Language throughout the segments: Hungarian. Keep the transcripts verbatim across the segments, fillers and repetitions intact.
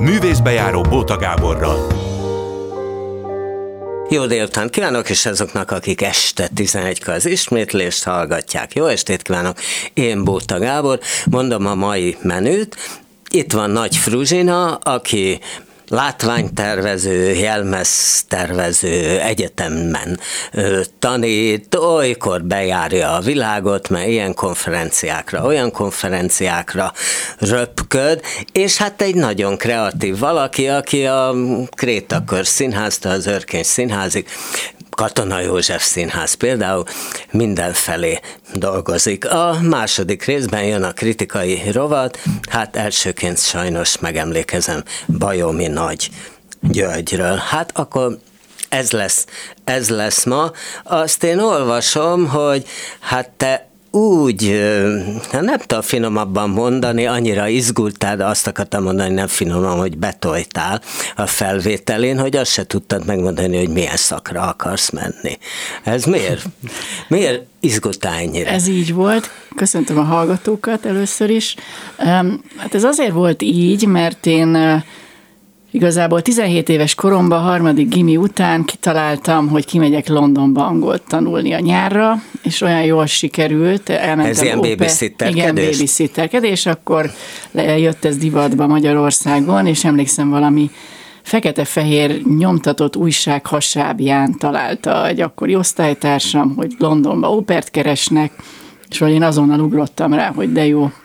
Művészbejáró Bóta Gáborral. Jó délután kívánok, és azoknak, akik este tizenegykor az ismétlést hallgatják. Jó estét kívánok, én Bóta Gábor, mondom a mai menüt. Itt van Nagy Fruzsina, aki látványtervező, jelmeztervező, egyetemen tanít, olykor bejárja a világot, mert ilyen konferenciákra, olyan konferenciákra röpköd, és hát egy nagyon kreatív valaki, aki a Krétakör Színháztól az Örkény Színházig, Katona József Színház például mindenfelé dolgozik. A második részben jön a kritikai rovat, hát elsőként sajnos megemlékezem Bajomi Nagy Györgyről. Hát akkor ez lesz, ez lesz ma. Azt én olvasom, hogy hát te úgy, nem tudom finomabban mondani, annyira izgultál, de azt akartam mondani, nem finoman, hogy betoltál a felvételén, hogy azt se tudtad megmondani, hogy milyen szakra akarsz menni. Ez miért? Miért izgultál ennyire? Ez így volt. Köszöntöm a hallgatókat először is. Hát ez azért volt így, mert én igazából tizenhét éves koromban, a harmadik gimi után kitaláltam, hogy kimegyek Londonba angolt tanulni a nyárra, és olyan jól sikerült. Elmentem ez ilyen babysitterkedés? Igen, babysitterkedés, akkor jött ez divatba Magyarországon, és emlékszem valami fekete-fehér nyomtatott újság hasábján találta egy akkori osztálytársam, hogy Londonba ópert keresnek, és hogy én azonnal ugrottam rá, hogy de jó,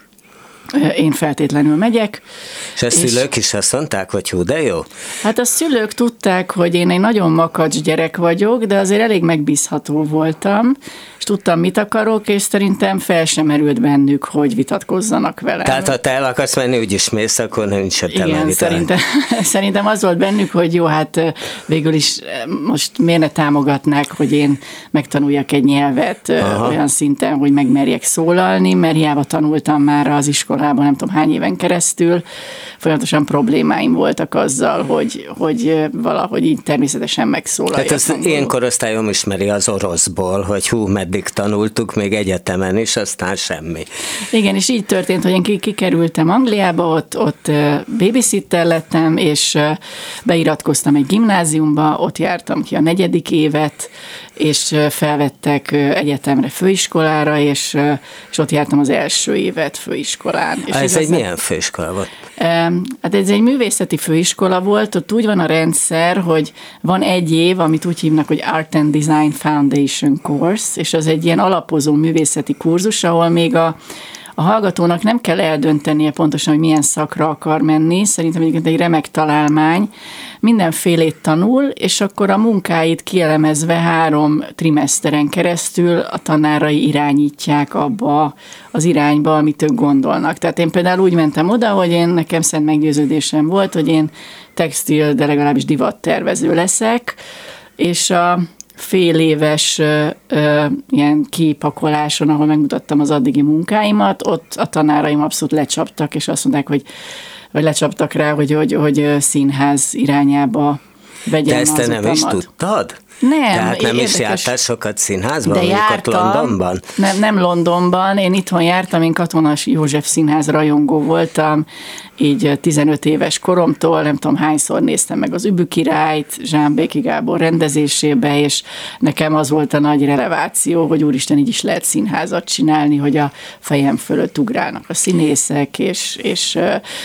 én feltétlenül megyek. És a szülők is azt mondták, hogy hú, de jó? Hát a szülők tudták, hogy én egy nagyon makacs gyerek vagyok, de azért elég megbízható voltam, és tudtam, mit akarok, és szerintem fel sem merült bennük, hogy vitatkozzanak velem. Tehát ha te el akarsz menni, úgyis mész, akkor nem is Igen, el szerintem, szerintem az volt bennük, hogy jó, hát végül is most miért ne támogatnák, hogy én megtanuljak egy nyelvet. Aha. Olyan szinten, hogy megmerjek szólalni, mert hiába tanultam már az iskolában, nem tudom hány éven keresztül, folyamatosan problémáim voltak azzal, hogy, hogy valahogy így természetesen megszólaljak. Tehát az én korosztályom ismeri az oroszból, hogy hú, meddig tanultuk, még egyetemen is, aztán semmi. Igen, és így történt, hogy én kikerültem Angliába, ott, ott babysitter lettem, és beiratkoztam egy gimnáziumba, ott jártam ki a negyedik évet, és felvettek egyetemre, főiskolára, és, és ott jártam az első évet főiskolán. És ez egy milyen főiskola volt? Hát ez egy művészeti főiskola volt, ott úgy van a rendszer, hogy van egy év, amit úgy hívnak, hogy Art and Design Foundation Course, és az egy ilyen alapozó művészeti kurzus, ahol még a A hallgatónak nem kell eldöntenie pontosan, hogy milyen szakra akar menni, szerintem egyébként egy remek találmány, mindenfélét tanul, és akkor a munkáit kielemezve három trimeszteren keresztül a tanárai irányítják abba az irányba, amit ők gondolnak. Tehát én például úgy mentem oda, hogy én nekem szent meggyőződésem volt, hogy én textil, de legalábbis divattervező leszek, és a fél éves ö, ö, ilyen kipakoláson, ahol megmutattam az addigi munkáimat, ott a tanáraim abszolút lecsaptak, és azt mondták, hogy, hogy lecsaptak rá, hogy, hogy, hogy színház irányába vegyem. De ezt te nem is tudtad? Nem. Tehát nem érdekes. is jártál sokat színházban, de jártam, Londonban? Nem, nem Londonban, én itthon jártam, én Katona József Színház rajongó voltam, így tizenöt éves koromtól, nem tudom hányszor néztem meg az Übű Királyt, Zsámbéki Gábor rendezésébe, és nekem az volt a nagy releváció, hogy úristen, így is lehet színházat csinálni, hogy a fejem fölött ugrálnak a színészek, és, és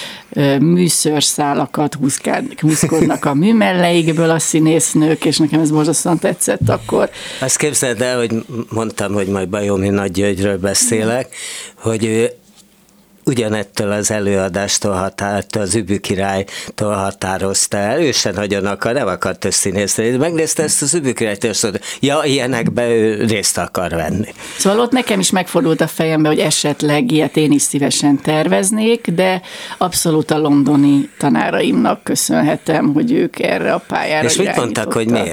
műszőrszálakat húzkodnak a műmelleikből a színésznők, és nekem ez borzasztóan tetszett akkor. Azt képzeld el, hogy mondtam, hogy majd Bajomi Nagy Györgyről beszélek, hogy ő ugyanettől az előadástól határt, az Übű Királytól határozta el, ő se nagyon akar, nem akart összínészni. Megnézte ezt az Übű Királyt, és mondta, ja, ilyenekbe ő részt akar venni. Szóval ott nekem is megfordult a fejembe, hogy esetleg ilyet én is szívesen terveznék, de abszolút a londoni tanáraimnak köszönhetem, hogy ők erre a pályára és mit mondtak, hogy miért?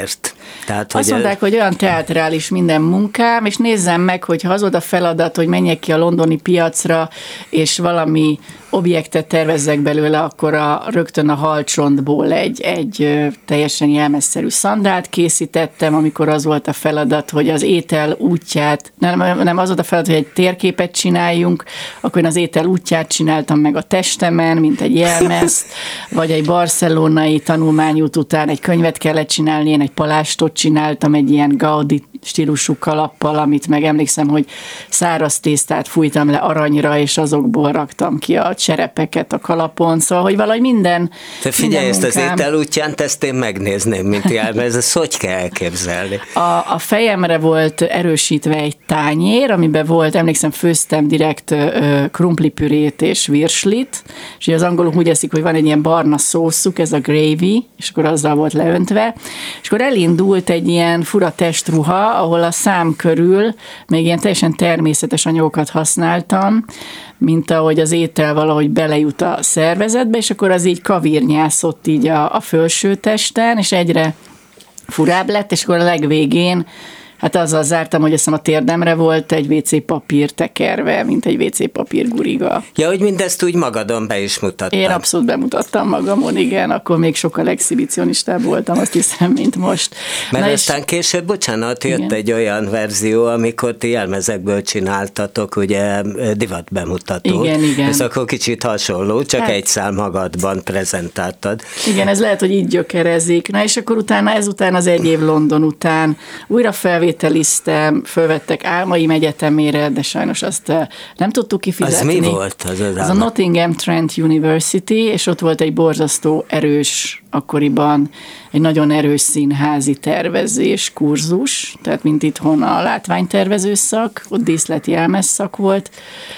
Tehát, Azt hogy mondták, hogy olyan teátrális minden munkám, és nézzem meg, hogy ha az oda feladat, hogy menjek ki a londoni piacra, és valami objektet tervezzek belőle, akkor a, rögtön a halcsontból egy, egy teljesen jelmezszerű szandált készítettem, amikor az volt a feladat, hogy az étel útját, nem, nem az volt a feladat, hogy egy térképet csináljunk, akkor én az étel útját csináltam meg a testemen, mint egy jelmezt, vagy egy barcelonai tanulmányút után egy könyvet kellett csinálni, én egy palástot csináltam, egy ilyen Gaudi stílusú kalappal, amit meg emlékszem, hogy száraz tésztát fújtam le aranyra, és azokból raktam ki a cserepeket a kalapon, szóval, hogy valahogy minden Te figyelj, minden ezt munkám, az étel útján, ezt én megnézném, mint jelmez, ezt hogy kell elképzelni? A, a fejemre volt erősítve egy tányér, amiben volt, emlékszem, főztem direkt ö, krumplipürét és virslit, és az angolok úgy eszik, hogy van egy ilyen barna szószuk, ez a gravy, és akkor azzal volt leöntve, és akkor elindult egy ilyen fura testruha, ahol a szám körül még ilyen teljesen természetes anyagokat használtam, mint ahogy az étel valahogy belejut a szervezetbe, és akkor az így kavírnyászott így a, a felső testen, és egyre furább lett, és akkor a legvégén hát azzal zártam, hogy azt hiszem a térdemre volt egy vé cé papír tekerve, mint egy vé cé papír guriga. Ja, hogy mindezt úgy magadon be is mutattam. Én abszolút bemutattam magamon, igen, akkor még sokkal exhibicionistább voltam, azt hiszem, mint most. Mert Na aztán és... később, bocsánat, jött igen. egy olyan verzió, amikor ti jelmezekből csináltatok, ugye divat bemutatót. Igen, igen. Ez akkor kicsit hasonló, csak Hát- egy szál magadban prezentáltad. Igen, ez lehet, hogy így gyökerezik. Na és akkor utána, ezután az egy év London után újra felvételiztem, fölvettek Álmaim Egyetemére, de sajnos azt eh, nem tudtuk kifizetni. Az mi volt? Az, az, az a Nottingham Trent University, és ott volt egy borzasztó erős, akkoriban egy nagyon erős színházi tervezés kurzus, tehát mint itthon a látványtervező szak, ott díszleti jelmez szak volt,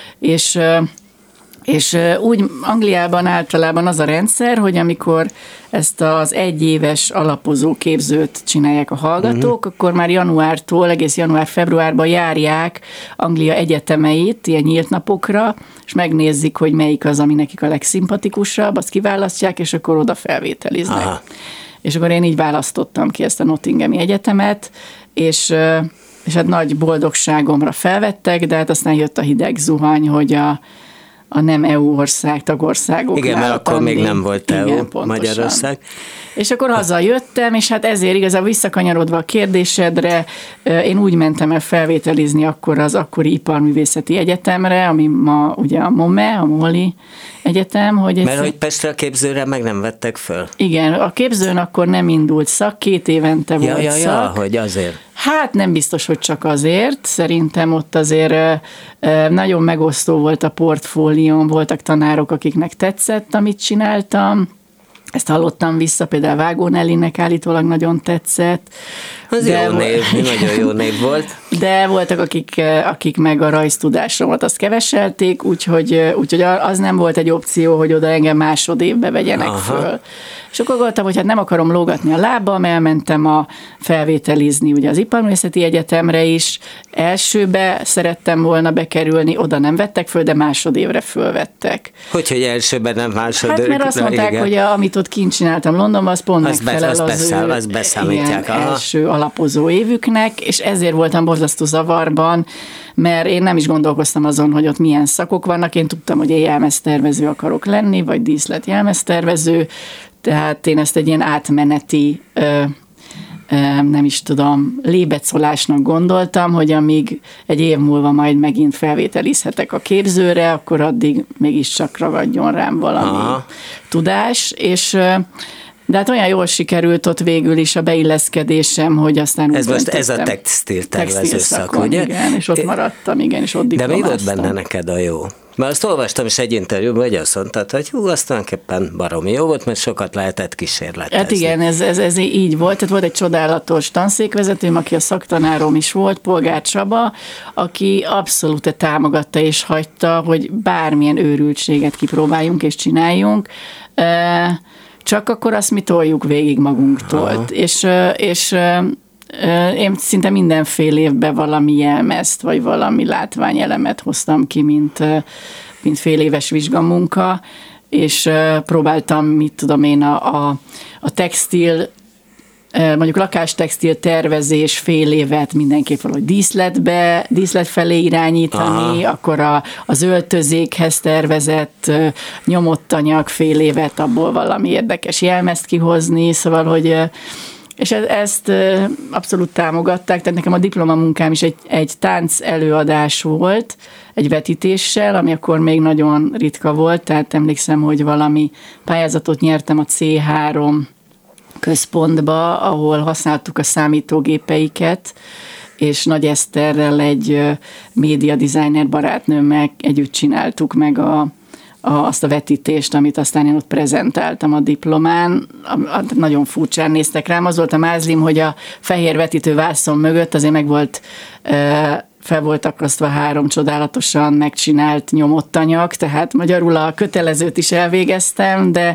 és eh, És úgy Angliában általában az a rendszer, hogy amikor ezt az egyéves alapozó képzőt csinálják a hallgatók, uh-huh. akkor már januártól, egész január-februárban járják Anglia egyetemeit ilyen nyílt napokra, és megnézik, hogy melyik az, ami nekik a legszimpatikusabb, azt kiválasztják, és akkor oda felvételiznek. Aha. És akkor én így választottam ki ezt a Nottinghami Egyetemet, és, és hát nagy boldogságomra felvettek, de hát aztán jött a hideg zuhany, hogy a a nem é u ország, tagországok. Igen, mert akkor még nem volt é u, Magyarország. És akkor hazajöttem, és hát ezért igazából visszakanyarodva a kérdésedre, én úgy mentem el felvételizni akkor az akkori Iparművészeti Egyetemre, ami ma ugye a MOME, a MOLI Egyetem. Hogy Mert egyszer... hogy Pestre a képzőre meg nem vettek föl? Igen, a képzőn akkor nem indult szak, két évente ja, volt ja, szak. Ja, hogy azért. Hát nem biztos, hogy csak azért. Szerintem ott azért nagyon megosztó volt a portfólióm, voltak tanárok, akiknek tetszett, amit csináltam. Ezt hallottam vissza, például Vágó Nellinek állítólag nagyon tetszett. Az de jó név, nagyon jó név volt. De voltak, akik, akik meg a rajztudásomat azt keveselték, úgyhogy, úgyhogy az nem volt egy opció, hogy oda engem másodévbe vegyenek Aha. föl. És akkor gondoltam, hogy hát nem akarom lógatni a lábam, elmentem a felvételizni ugye az Iparművészeti Egyetemre is. Elsőbe szerettem volna bekerülni, oda nem vettek föl, de másodévre fölvettek. Hogy, hogy elsőben nem másodévre? Hát mert azt mondták, igen. hogy a, amit ott kint csináltam Londonban, az pont az megfelel az, az, beszáll, ő az beszámítják. ilyen első alapozó évüknek, és ezért voltam borzasztó zavarban, mert én nem is gondolkoztam azon, hogy ott milyen szakok vannak. Én tudtam, hogy én jelmeztervező akarok lenni, vagy díszlet jelmeztervező, tehát én ezt egy ilyen átmeneti, ö, ö, nem is tudom, lébecolásnak gondoltam, hogy amíg egy év múlva majd megint felvételizhetek a képzőre, akkor addig mégiscsak ragadjon rám valami Aha. tudás, és de hát olyan jól sikerült ott végül is a beilleszkedésem, hogy aztán ez most ez a textil tervező szak, ugye? Igen, és ott maradtam, igen, és ott diplomáztam. De mi volt benne neked a jó? Mert azt olvastam is egy interjúban, hogy azt mondtad, hogy hú, azt tulajdonképpen baromi jó volt, mert sokat lehetett kísérletezni. Hát igen, ez, ez, ez így volt. Tehát volt egy csodálatos tanszékvezetőm, aki a szaktanárom is volt, Polgár Csaba, aki abszolút támogatta és hagyta, hogy bármilyen őrültséget kipróbáljunk és csináljunk, csak akkor azt mi toljuk végig magunktól. Aha. És, és én szinte mindenfél évben valami jelmezt, vagy valami látványelemet hoztam ki, mint, mint fél éves vizsgamunka, és próbáltam, mit tudom én, a, a, a textil mondjuk lakástextil tervezés fél évet mindenképp valahogy díszletbe, díszlet felé irányítani, aha, akkor a, az öltözékhez tervezett nyomott anyag fél évet, abból valami érdekes jelmezt kihozni, szóval, hogy és ezt abszolút támogatták, tehát nekem a diplomamunkám is egy, egy tánc előadás volt, egy vetítéssel, ami akkor még nagyon ritka volt, tehát emlékszem, hogy valami pályázatot nyertem a cé három központba, ahol használtuk a számítógépeiket, és Nagy Eszterrel, egy média designer barátnőmmel együtt csináltuk meg a azt a vetítést, amit aztán én ott prezentáltam a diplomán. Nagyon furcsán néztek rám. Az volt a mázlim, hogy a fehér vetítő vászon mögött azért meg volt, fel volt akasztva három csodálatosan megcsinált nyomott anyag, tehát magyarul a kötelezőt is elvégeztem, de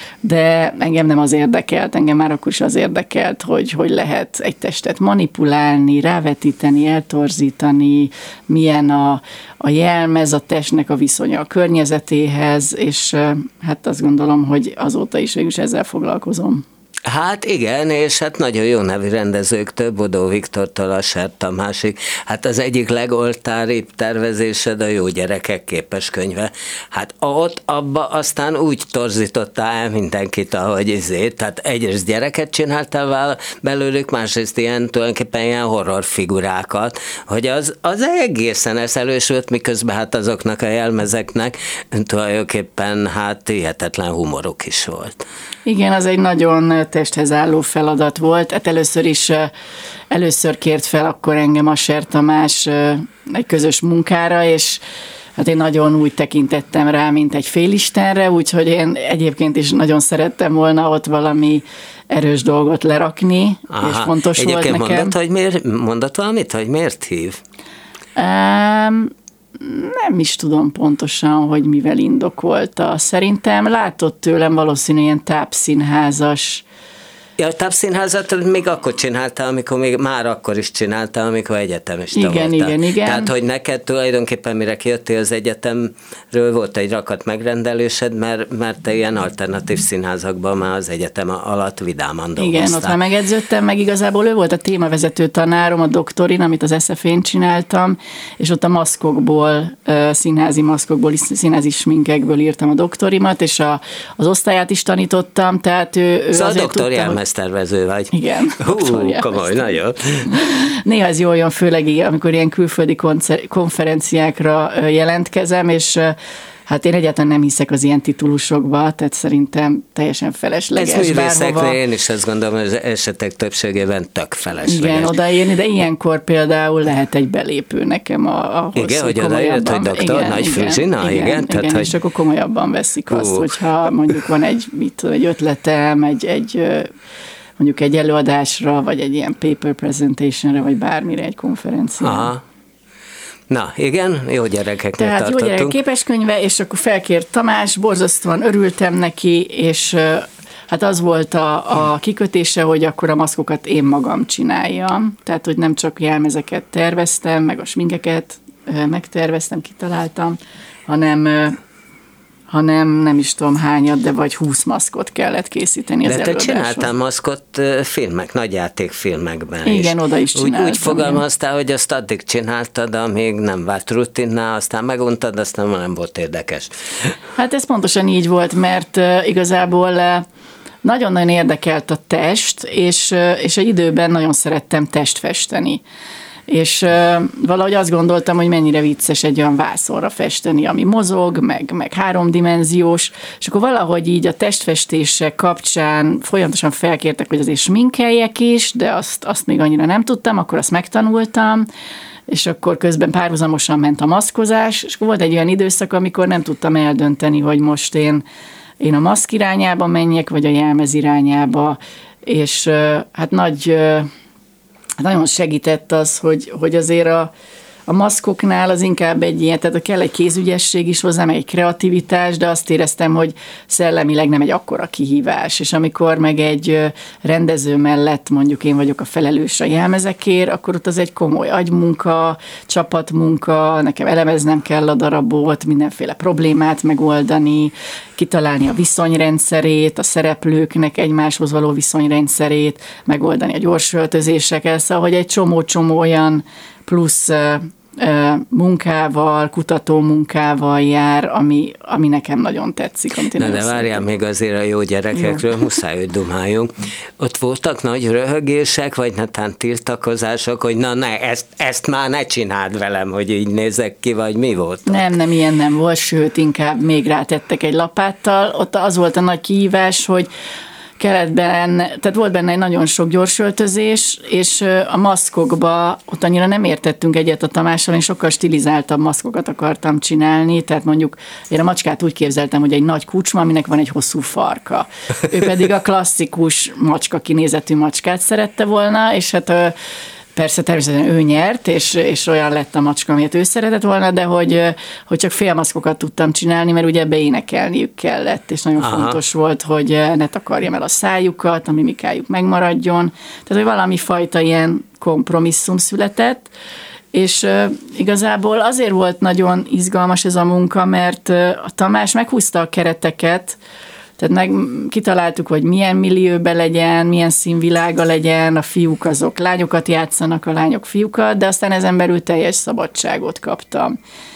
de engem nem az érdekelt, engem már akkor is az érdekelt, hogy hogy lehet egy testet manipulálni, rávetíteni, eltorzítani, milyen a, a jelmez, a testnek a viszonya a környezetéhez, és hát azt gondolom, hogy azóta is végül is ezzel foglalkozom. Hát igen, és hát nagyon jó nevű rendezőktől, Bodó Viktortól a Ser Tamásig. Hát az egyik legoltáribb tervezésed a Jó gyerekek képeskönyve. Hát ott abba aztán úgy torzítottál el mindenkit, ahogy izét. Tehát egyrészt gyereket csináltál belőlük, másrészt ilyen tulajdonképpen ilyen horror figurákat, hogy az, az egészen eszelős volt, miközben hát azoknak a jelmezeknek tulajdonképpen hát hihetetlen humoruk is volt. Igen, az egy nagyon testhez álló feladat volt. Hát először is, először kért fel akkor engem a Ser Tamás egy közös munkára, és hát én nagyon úgy tekintettem rá, mint egy félistenre, úgyhogy én egyébként is nagyon szerettem volna ott valami erős dolgot lerakni, aha, és fontos egyébként volt nekem. Mondott, hogy miért, mondott valamit, hogy miért hív? Um, Nem is tudom pontosan, hogy mivel indokolta. Szerintem látott tőlem valószínűleg ilyen tápszínházas. Ja, a tápszínházat még akkor csináltál, amikor még már akkor is csináltál, amikor egyetemista igen, voltál. Igen, igen, Tehát, hogy neked tulajdonképpen mire kijöttél az egyetemről, volt egy rakat megrendelésed, mert, mert te ilyen alternatív színházakban már az egyetem alatt vidáman dolgoztál. Igen, ott már megedződtem, meg igazából ő volt a témavezető tanárom a doktorin, amit az es ef én csináltam, és ott a maszkokból, színházi maszkokból, színházi sminkekből írtam a doktorimat, és a, az osztályát is tanítottam, tehát ő, ő szóval azért tudta, tervező vagy. Igen. Hú, komoly, nagyon. Néha ez jól jön, főleg amikor ilyen külföldi konferenciákra jelentkezem, és hát én egyáltalán nem hiszek az ilyen titulusokba, tehát szerintem teljesen felesleges. Ez művészeknél én is azt gondolom, hogy az esetek többségében tök felesleges. Igen, odaérni, de ilyenkor például lehet egy belépő nekem a, ahhoz, igen, hogy odaért, hogy doktor, igen, Nagy Fruzsina, igen. igen, tehát, igen hogy... és akkor komolyabban veszik uh. azt, hogyha mondjuk van egy, mit tudom, egy ötletem, egy, egy mondjuk egy előadásra, vagy egy ilyen paper presentationre, vagy bármire, egy konferenciára. Aha. Na, igen, Jó gyerekeknél Tehát tartottunk. Jó gyerekek képeskönyve, és akkor felkért Tamás, borzasztóan örültem neki, és hát az volt a, a kikötése, hogy akkor a maszkokat én magam csináljam. Tehát, hogy nem csak jelmezeket terveztem, meg a sminkeket megterveztem, kitaláltam, hanem... hanem nem is tudom hányat, de vagy húsz maszkot kellett készíteni az előadáshoz. De te csináltál maszkot filmek, nagyjátékfilmekben is. Igen, oda is csináltam. Úgy, úgy fogalmaztál, hogy azt addig csináltad, amíg nem vált rutinná, aztán meguntad, aztán nem volt érdekes. Hát ez pontosan így volt, mert igazából nagyon-nagyon érdekelt a test, és, és egy időben nagyon szerettem testfesteni. És uh, valahogy azt gondoltam, hogy mennyire vicces egy olyan vászonra festeni, ami mozog, meg, meg háromdimenziós, és akkor valahogy így a testfestések kapcsán folyamatosan felkértek, hogy azért sminkeljek is, de azt, azt még annyira nem tudtam, akkor azt megtanultam, és akkor közben párhuzamosan ment a maszkozás, és akkor volt egy olyan időszak, amikor nem tudtam eldönteni, hogy most én, én a maszk irányába menjek, vagy a jelmez irányába, és uh, hát nagy... Uh, nagyon segített az, hogy, hogy azért a, A maszkoknál az inkább egy ilyen, tehát kell egy kézügyesség is hozzá, meg egy kreativitás, de azt éreztem, hogy szellemileg nem egy akkora kihívás, és amikor meg egy rendező mellett mondjuk én vagyok a felelős a jelmezekért, akkor ott az egy komoly agymunka, csapatmunka, nekem elemeznem kell a darabot, mindenféle problémát megoldani, kitalálni a viszonyrendszerét, a szereplőknek egymáshoz való viszonyrendszerét, megoldani a gyorsöltözéseket, szóval, hogy egy csomó-csomó olyan plusz munkával, kutató munkával jár, ami, ami nekem nagyon tetszik. Amit Na de várjál még azért a jó gyerekekről, jó. Muszáj, hogy dumáljunk. Ott voltak nagy röhögések, vagy netán tiltakozások, hogy na ne, ezt, ezt már ne csináld velem, hogy így nézek ki, vagy mi volt? Nem, nem, ilyen nem volt, sőt, inkább még rátettek egy lapáttal. Ott az volt a nagy kihívás, hogy kellett benne, tehát volt benne egy nagyon sok gyorsöltözés, és a maszkokba ott annyira nem értettünk egyet a Tamással, én sokkal stilizáltabb maszkokat akartam csinálni, tehát mondjuk én a macskát úgy képzeltem, hogy egy nagy kucsma, aminek van egy hosszú farka. Ő pedig a klasszikus macska kinézetű macskát szerette volna, és hát persze természetesen ő nyert, és, és olyan lett a macska, amit ő szeretett volna, de hogy, hogy csak félmaszkokat tudtam csinálni, mert ugye ebbe énekelniük kellett, és nagyon Aha. fontos volt, hogy ne takarjam el a szájukat, a mimikájuk megmaradjon. Tehát, hogy valami fajta ilyen kompromisszum született, és uh, igazából azért volt nagyon izgalmas ez a munka, mert uh, a Tamás meghúzta a kereteket, tehát meg kitaláltuk, hogy milyen millióbe legyen, milyen színvilága legyen, a fiúk azok lányokat játszanak, a lányok fiúkat, de aztán ezen belül teljes szabadságot kaptam.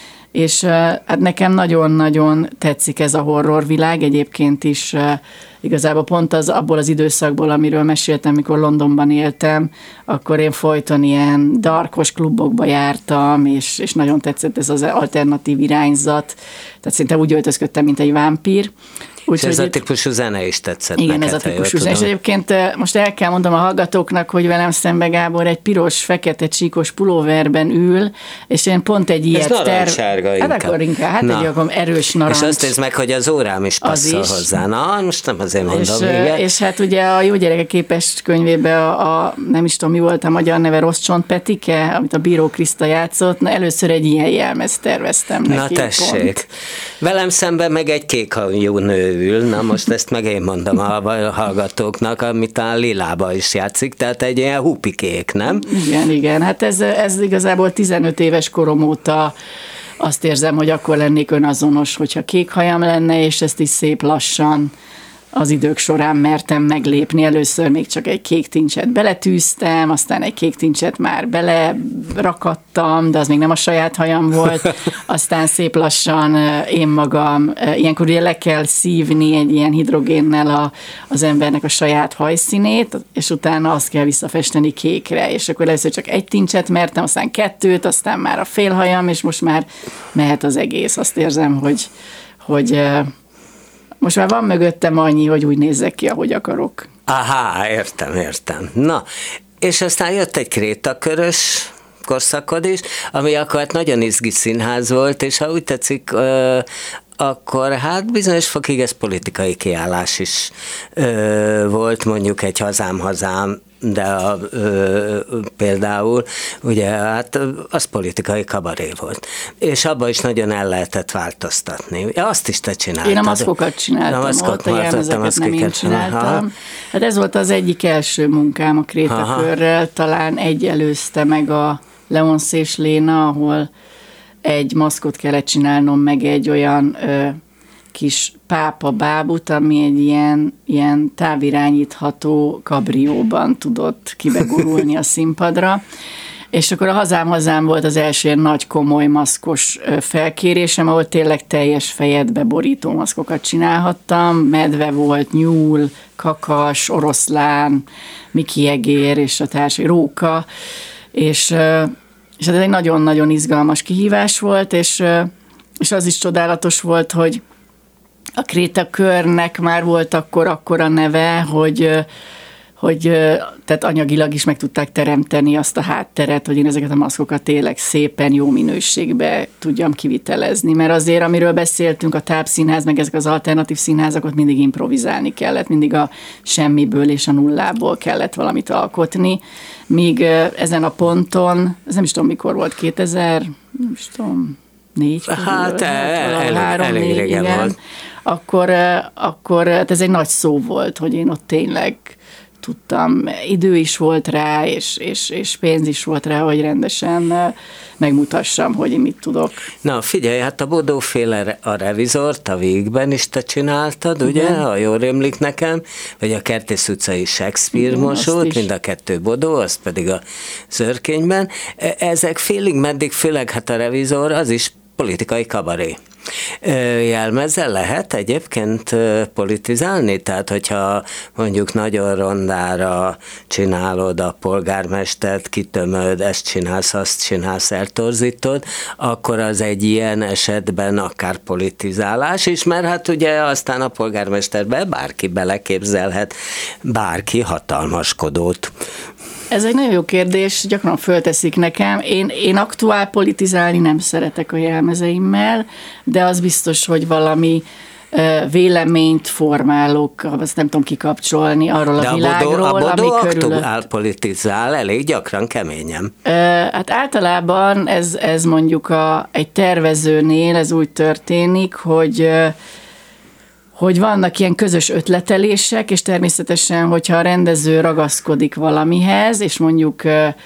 És hát nekem nagyon-nagyon tetszik ez a horrorvilág, egyébként is igazából pont az abból az időszakból, amiről meséltem, mikor Londonban éltem, akkor én folyton ilyen darkos klubokba jártam, és, és nagyon tetszett ez az alternatív irányzat, tehát szinte úgy öltözködtem, mint egy vámpír. Úgy, és ez a típusú zene is tetszett igen, neked, ez a típusú zene. És egyébként most el kell mondom a hallgatóknak, hogy velem szembe Gábor egy piros, fekete, csíkos pulóverben ül, és én pont egy ilyet terv... Ez narancssárga inkább. Hát akkor inkább, hát Na. egy akkor erős narancs. És azt nézd meg, hogy az órám is passzol is. hozzá. Na, most nem azért mondom. És, igen. és hát ugye a Jó gyerekek képes könyvében a, a, nem is tudom, mi volt a magyar neve, Rossz Csont Petike, amit a Bíró Kriszta játszott, na először egy ilyen jelmezt terveztem neki. Na tessék. Pont. Velem szemben meg egy kékhajú nő ül, na most ezt meg én mondom a hallgatóknak, amit a lilába is játszik, tehát egy ilyen hupikék, nem? Igen, igen, hát ez, ez igazából tizenöt éves korom óta azt érzem, hogy akkor lennék önazonos, hogyha kék hajam lenne, és ezt is szép lassan az idők során mertem meglépni. Először még csak egy kék tincset beletűztem, aztán egy kék tincset már belerakadtam, de az még nem a saját hajam volt. Aztán szép lassan én magam, ilyenkor ugye le kell szívni egy ilyen hidrogénnel a, az embernek a saját hajszínét, és utána azt kell visszafesteni kékre, és akkor először csak egy tincset mertem, aztán kettőt, aztán már a fél hajam, és most már mehet az egész. Azt érzem, hogy, hogy most már van mögöttem annyi, hogy úgy nézzek ki, ahogy akarok. Aha, értem, értem. Na, és aztán jött egy krétakörös korszakod is, ami akkor hát nagyon izgi színház volt, és ha úgy tetszik, ö, akkor hát bizonyos fokig ez politikai kiállás is ö, volt, mondjuk egy Hazám, hazám, de a, ö, például, ugye, hát az politikai kabaré volt. És abban is nagyon el lehetett változtatni. Azt is te csináltad. Én a maszkokat csináltam, a maszkot, ott a jelmezeket nem én csináltam. Aha. Hát ez volt az egyik első munkám a krétakörrel, talán egy előzte meg a Leonsz és Léna, ahol egy maszkot kellett csinálnom, meg egy olyan ö, kis pápa bábut, ami egy ilyen, ilyen távirányítható kabrióban tudott kibegurulni a színpadra. És akkor a Hazám, hazám volt az első ilyen nagy, komoly maszkos felkérésem, ahol tényleg teljes fejedbe borító maszkokat csinálhattam. Medve volt, nyúl, kakas, oroszlán, Miki egér és a társai róka. És, és ez egy nagyon-nagyon izgalmas kihívás volt, és, és az is csodálatos volt, hogy a krétakörnek már volt akkor akkora neve, hogy hogy tehát anyagilag is meg tudták teremteni azt a hátteret, hogy én ezeket a maszkokat tényleg szépen jó minőségbe tudjam kivitelezni, mert azért, amiről beszéltünk, a tápszínház, meg ezek az alternatív színházakat mindig improvizálni kellett, mindig a semmiből és a nullából kellett valamit alkotni, míg ezen a ponton, ez nem is tudom mikor volt, kétezer, nem is tudom, négy körül, hát elég, három, elég négy, régen igen. volt. Akkor, akkor ez egy nagy szó volt, hogy én ott tényleg tudtam, idő is volt rá, és, és, és pénz is volt rá, hogy rendesen megmutassam, hogy én mit tudok. Na figyelj, hát a Bodó-féle a Revizort a Végben is te csináltad, ugye, igen. Ha jól rémlik nekem, vagy a Kertész utcai Shakespeare mosót, mind a kettő Bodó, az pedig a Zörkényben. Ezek félig meddig, főleg hát a Revizor, az is politikai kabaré. Jelmezzel lehet egyébként politizálni? Tehát, hogyha mondjuk nagyon rondára csinálod a polgármestert, kitömöd, ezt csinálsz, azt csinálsz, eltorzítod, akkor az egy ilyen esetben akár politizálás is, mert hát ugye aztán a polgármesterbe bárki beleképzelhet, bárki hatalmaskodót. Ez egy nagyon jó kérdés, gyakran fölteszik nekem. Én, én aktuál politizálni nem szeretek a jelmezeimmel, de az biztos, hogy valami véleményt formálok, azt nem tudom kikapcsolni arról de a világról, a Bodó, a Bodó ami körülött. aktuál politizál elég gyakran, keményen. Hát általában ez, ez mondjuk a, egy tervezőnél ez úgy történik, hogy hogy vannak ilyen közös ötletelések, és természetesen, hogyha a rendező ragaszkodik valamihez, és mondjuk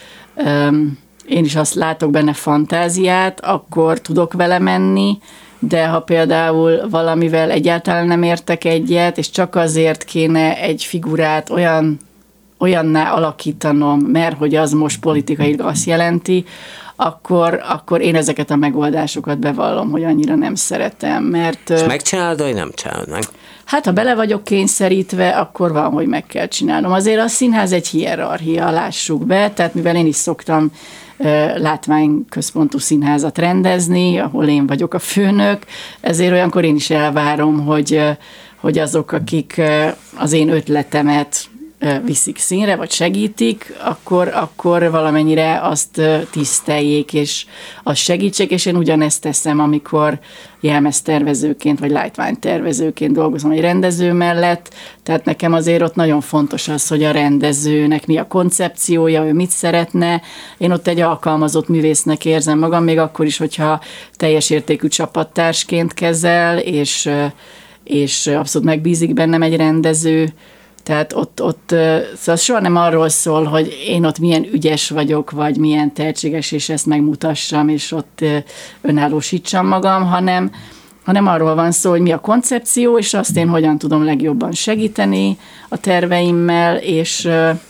én is azt látok benne fantáziát, akkor tudok vele menni, de ha például valamivel egyáltalán nem értek egyet, és csak azért kéne egy figurát olyan, olyanná alakítanom, mert hogy az most politikailag azt jelenti, akkor, akkor én ezeket a megoldásokat bevallom, hogy annyira nem szeretem, mert... És megcsinálod, vagy nem csinálod meg? Hát, ha bele vagyok kényszerítve, akkor van, hogy meg kell csinálnom. Azért a színház egy hierarchia, lássuk be, tehát mivel én is szoktam látványközpontú színházat rendezni, ahol én vagyok a főnök, ezért olyankor én is elvárom, hogy, hogy azok, akik az én ötletemet viszik színre, vagy segítik, akkor, akkor valamennyire azt tiszteljék, és azt segítsék, és én ugyanezt teszem, amikor jelmeztervezőként, vagy látványtervezőként dolgozom egy rendező mellett, tehát nekem azért ott nagyon fontos az, hogy a rendezőnek mi a koncepciója, ő mit szeretne. Én ott egy alkalmazott művésznek érzem magam, még akkor is, hogyha teljes értékű csapattársként kezel, és, és abszolút megbízik bennem egy rendező. Tehát ott, ott szóval soha nem arról szól, hogy én ott milyen ügyes vagyok, vagy milyen tehetséges, és ezt megmutassam, és ott önállósítsam magam, hanem, hanem arról van szó, hogy mi a koncepció, és azt én hogyan tudom legjobban segíteni a terveimmel, és,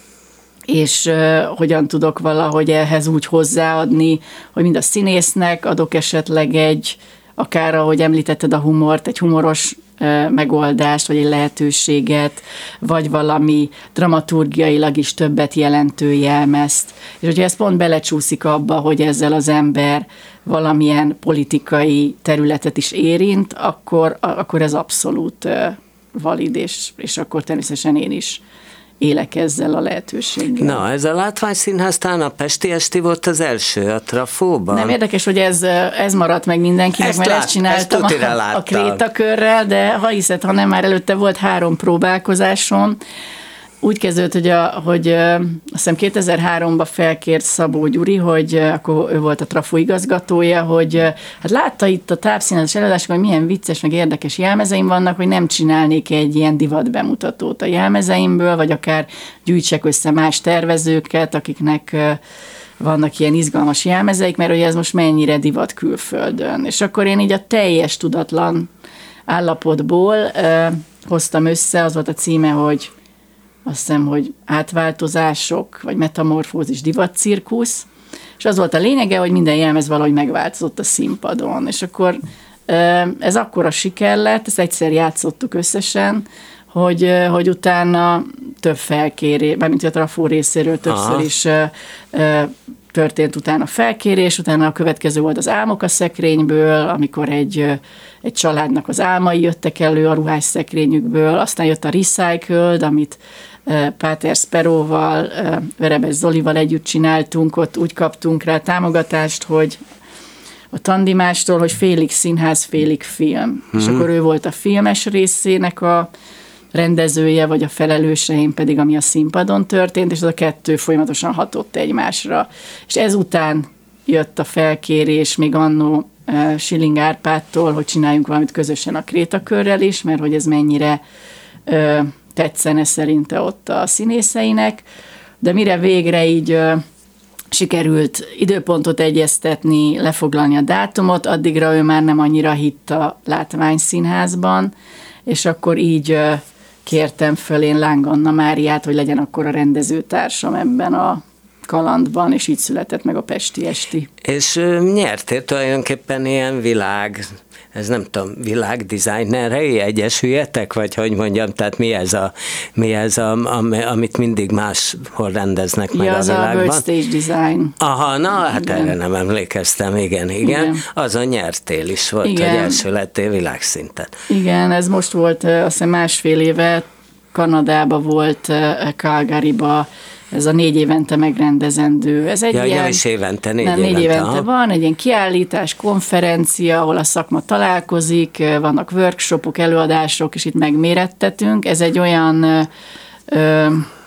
és hogyan tudok valahogy ehhez úgy hozzáadni, hogy mind a színésznek adok esetleg egy, akár ahogy említetted a humort, egy humoros megoldást, vagy egy lehetőséget, vagy valami dramaturgiailag is többet jelentő jelmezt. És hogyha ez pont belecsúszik abba, hogy ezzel az ember valamilyen politikai területet is érint, akkor, akkor ez abszolút valid, és, és akkor természetesen én is élek ezzel a lehetőséggel. Na, ez a látványszínház talán a Pesti Esti volt az első a Trafóban. Nem érdekes, hogy ez, ez maradt meg mindenkinek, ezt mert lát, ezt csináltam ezt a, a krétakörrel, de ha hiszed, ha nem, már előtte volt három próbálkozásom. Úgy kezdődött, hogy, a, hogy azt hiszem kétezer-háromban felkért Szabó Gyuri, hogy akkor ő volt a Trafó igazgatója, hogy hát látta itt a tápszínházas előadásokon, hogy milyen vicces, meg érdekes jelmezeim vannak, hogy nem csinálnék egy ilyen divat bemutatót a jelmezeimből, vagy akár gyűjtsek össze más tervezőket, akiknek vannak ilyen izgalmas jelmezeik, mert hogy ez most mennyire divat külföldön. És akkor én így a teljes tudatlan állapotból hoztam össze, az volt a címe, hogy azt hiszem, hogy átváltozások, vagy metamorfózis divatcirkusz, és az volt a lényege, hogy minden jelmez valahogy megváltozott a színpadon, és akkor ez akkora siker lett, ezt egyszer játszottuk összesen, hogy, hogy utána több felkérés, mármint a Trafó részéről többször Aha. is történt utána felkérés, utána a következő volt az Álmok a szekrényből, amikor egy, egy családnak az álmai jöttek elő a ruhásszekrényükből, aztán jött a Recycled, amit Páter Speróval, Verebes Zolival együtt csináltunk, ott úgy kaptunk rá támogatást, hogy a Tandimástól, hogy félig színház, félig film. Hmm. És akkor ő volt a filmes részének a rendezője, vagy a felelőse, én pedig, ami a színpadon történt, és az a kettő folyamatosan hatott egymásra. És ezután jött a felkérés, még annó uh, Schilling Árpádtól, hogy csináljunk valamit közösen a Krétakörrel is, mert hogy ez mennyire uh, tetszene szerinte ott a színészeinek, de mire végre így uh, sikerült időpontot egyeztetni, lefoglalni a dátumot, addigra ő már nem annyira hitt a látványszínházban, és akkor így uh, kértem föl én Láng Anna Máriát, hogy legyen akkor a rendezőtársam ebben a kalandban, és így született meg a Pesti Esti. És uh, nyertél tulajdonképpen ilyen világ, ez nem tudom, világdesignerei egyesüljetek, vagy hogy mondjam, tehát mi ez, a, mi ez a, amit mindig máshol rendeznek meg ja, a világban? Ja, az a World Stage Design. Aha, na, hát igen. Erre nem emlékeztem, igen, igen. igen. Azon nyertél is volt, igen. Hogy első lettél világszinten. Igen, ez most volt, azt hiszem másfél éve Kanadában volt, Calgaryba, ez a négy évente megrendezendő. Ez egy ja, ilyen, nem is évente, négy, nem, négy évente, évente évente van, egy ilyen kiállítás, konferencia, ahol a szakma találkozik, vannak workshopok, előadások, és itt megmérettetünk. Ez egy olyan ö, ö,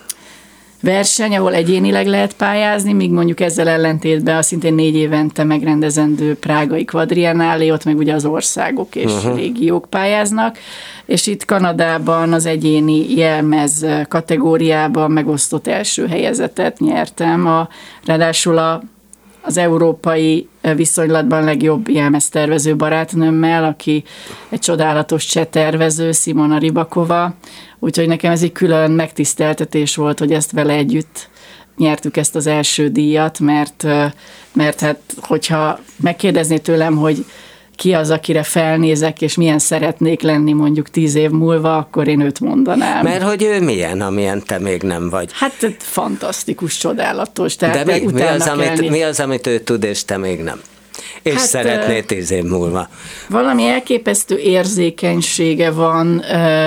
verseny, ahol egyénileg lehet pályázni, míg mondjuk ezzel ellentétben a szintén négy évente megrendezendő prágai quadriennálé, ott meg ugye az országok és uh-huh. régiók pályáznak, és itt Kanadában az egyéni jelmez kategóriában megosztott első helyezetet nyertem, a, ráadásul a, az európai viszonylatban legjobb jelmeztervező barátnőmmel, aki egy csodálatos cseh tervező, Simona Rybakova, úgyhogy nekem ez egy külön megtiszteltetés volt, hogy ezt vele együtt nyertük ezt az első díjat, mert, mert hát, hogyha megkérdezné tőlem, hogy ki az, akire felnézek, és milyen szeretnék lenni mondjuk tíz év múlva, akkor én őt mondanám. Mert hogy ő milyen, amilyen te még nem vagy? Hát fantasztikus, csodálatos. Tehát de mi, mi, az, amit, mi az, amit ő tud, és te még nem? És hát, szeretné tíz év múlva? Valami elképesztő érzékenysége van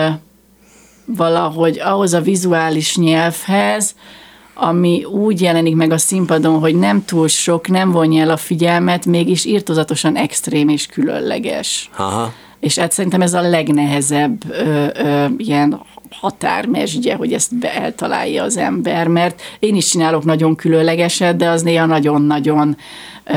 valahogy ahhoz a vizuális nyelvhez, ami úgy jelenik meg a színpadon, hogy nem túl sok, nem vonja el a figyelmet, mégis irtózatosan extrém és különleges. Aha. És hát szerintem ez a legnehezebb ö, ö, ilyen határmesdje, hogy ezt be eltalálja az ember, mert én is csinálok nagyon különlegeset, de az néha nagyon-nagyon ö,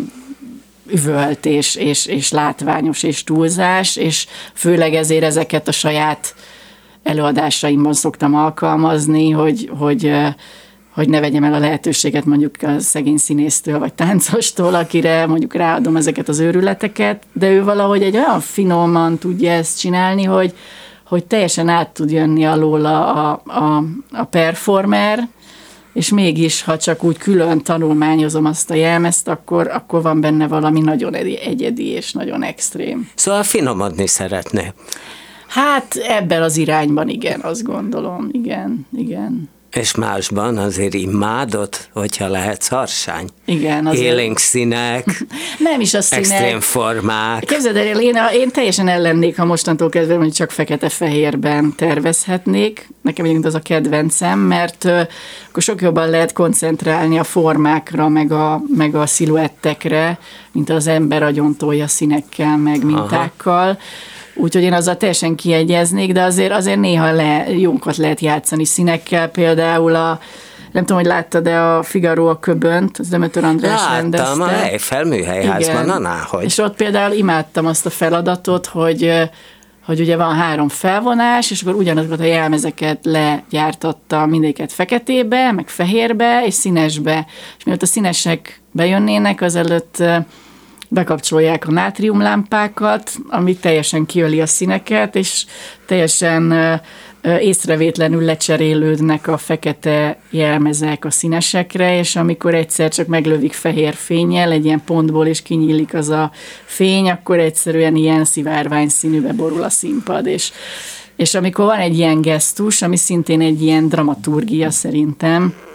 üvölt és, és, és látványos és túlzás, és főleg ezért ezeket a saját előadásaimban szoktam alkalmazni, hogy, hogy, hogy ne vegyem el a lehetőséget mondjuk a szegény színésztől vagy táncostól, akire mondjuk ráadom ezeket az őrületeket, de ő valahogy egy olyan finoman tudja ezt csinálni, hogy, hogy teljesen át tud jönni alól a, a, a performer, és mégis, ha csak úgy külön tanulmányozom azt a jelmezt, akkor, akkor van benne valami nagyon egyedi és nagyon extrém. Szóval finomodni szeretné. Hát ebben az irányban igen, azt gondolom, igen, igen. És másban azért imádod, hogyha lehetsz harsány. Igen. Azért... Élénk színek, nem is a színek. Extrém formák. Képzeld el, én, én teljesen ellennék, ha mostantól kezdve, hogy csak fekete-fehérben tervezhetnék. Nekem egyébként az a kedvencem, mert uh, akkor sok jobban lehet koncentrálni a formákra, meg a, meg a sziluettekre, mint az ember agyontolja színekkel, meg mintákkal. Aha. Úgyhogy én azzal teljesen kiegyeznék, de azért, azért néha le, jókat lehet játszani színekkel, például a, nem tudom, hogy láttad-e a Figaro a köbönt, az Demeter András rendezte. Láttam, a Helyfelműhelyházban, na, na, hogy. És ott például imádtam azt a feladatot, hogy, hogy ugye van három felvonás, és akkor ugyanazokat a jelmezeket legyártatta mindéket feketébe, meg fehérbe, és színesbe. És mielőtt a színesek bejönnének, azelőtt bekapcsolják a nátriumlámpákat, ami teljesen kiöli a színeket, és teljesen észrevétlenül lecserélődnek a fekete jelmezek a színesekre, és amikor egyszer csak meglövik fehér fénnyel, egy ilyen pontból, és kinyílik az a fény, akkor egyszerűen ilyen szivárvány színűbe borul a színpad, és, és amikor van egy ilyen gesztus, ami szintén egy ilyen dramaturgia szerintem,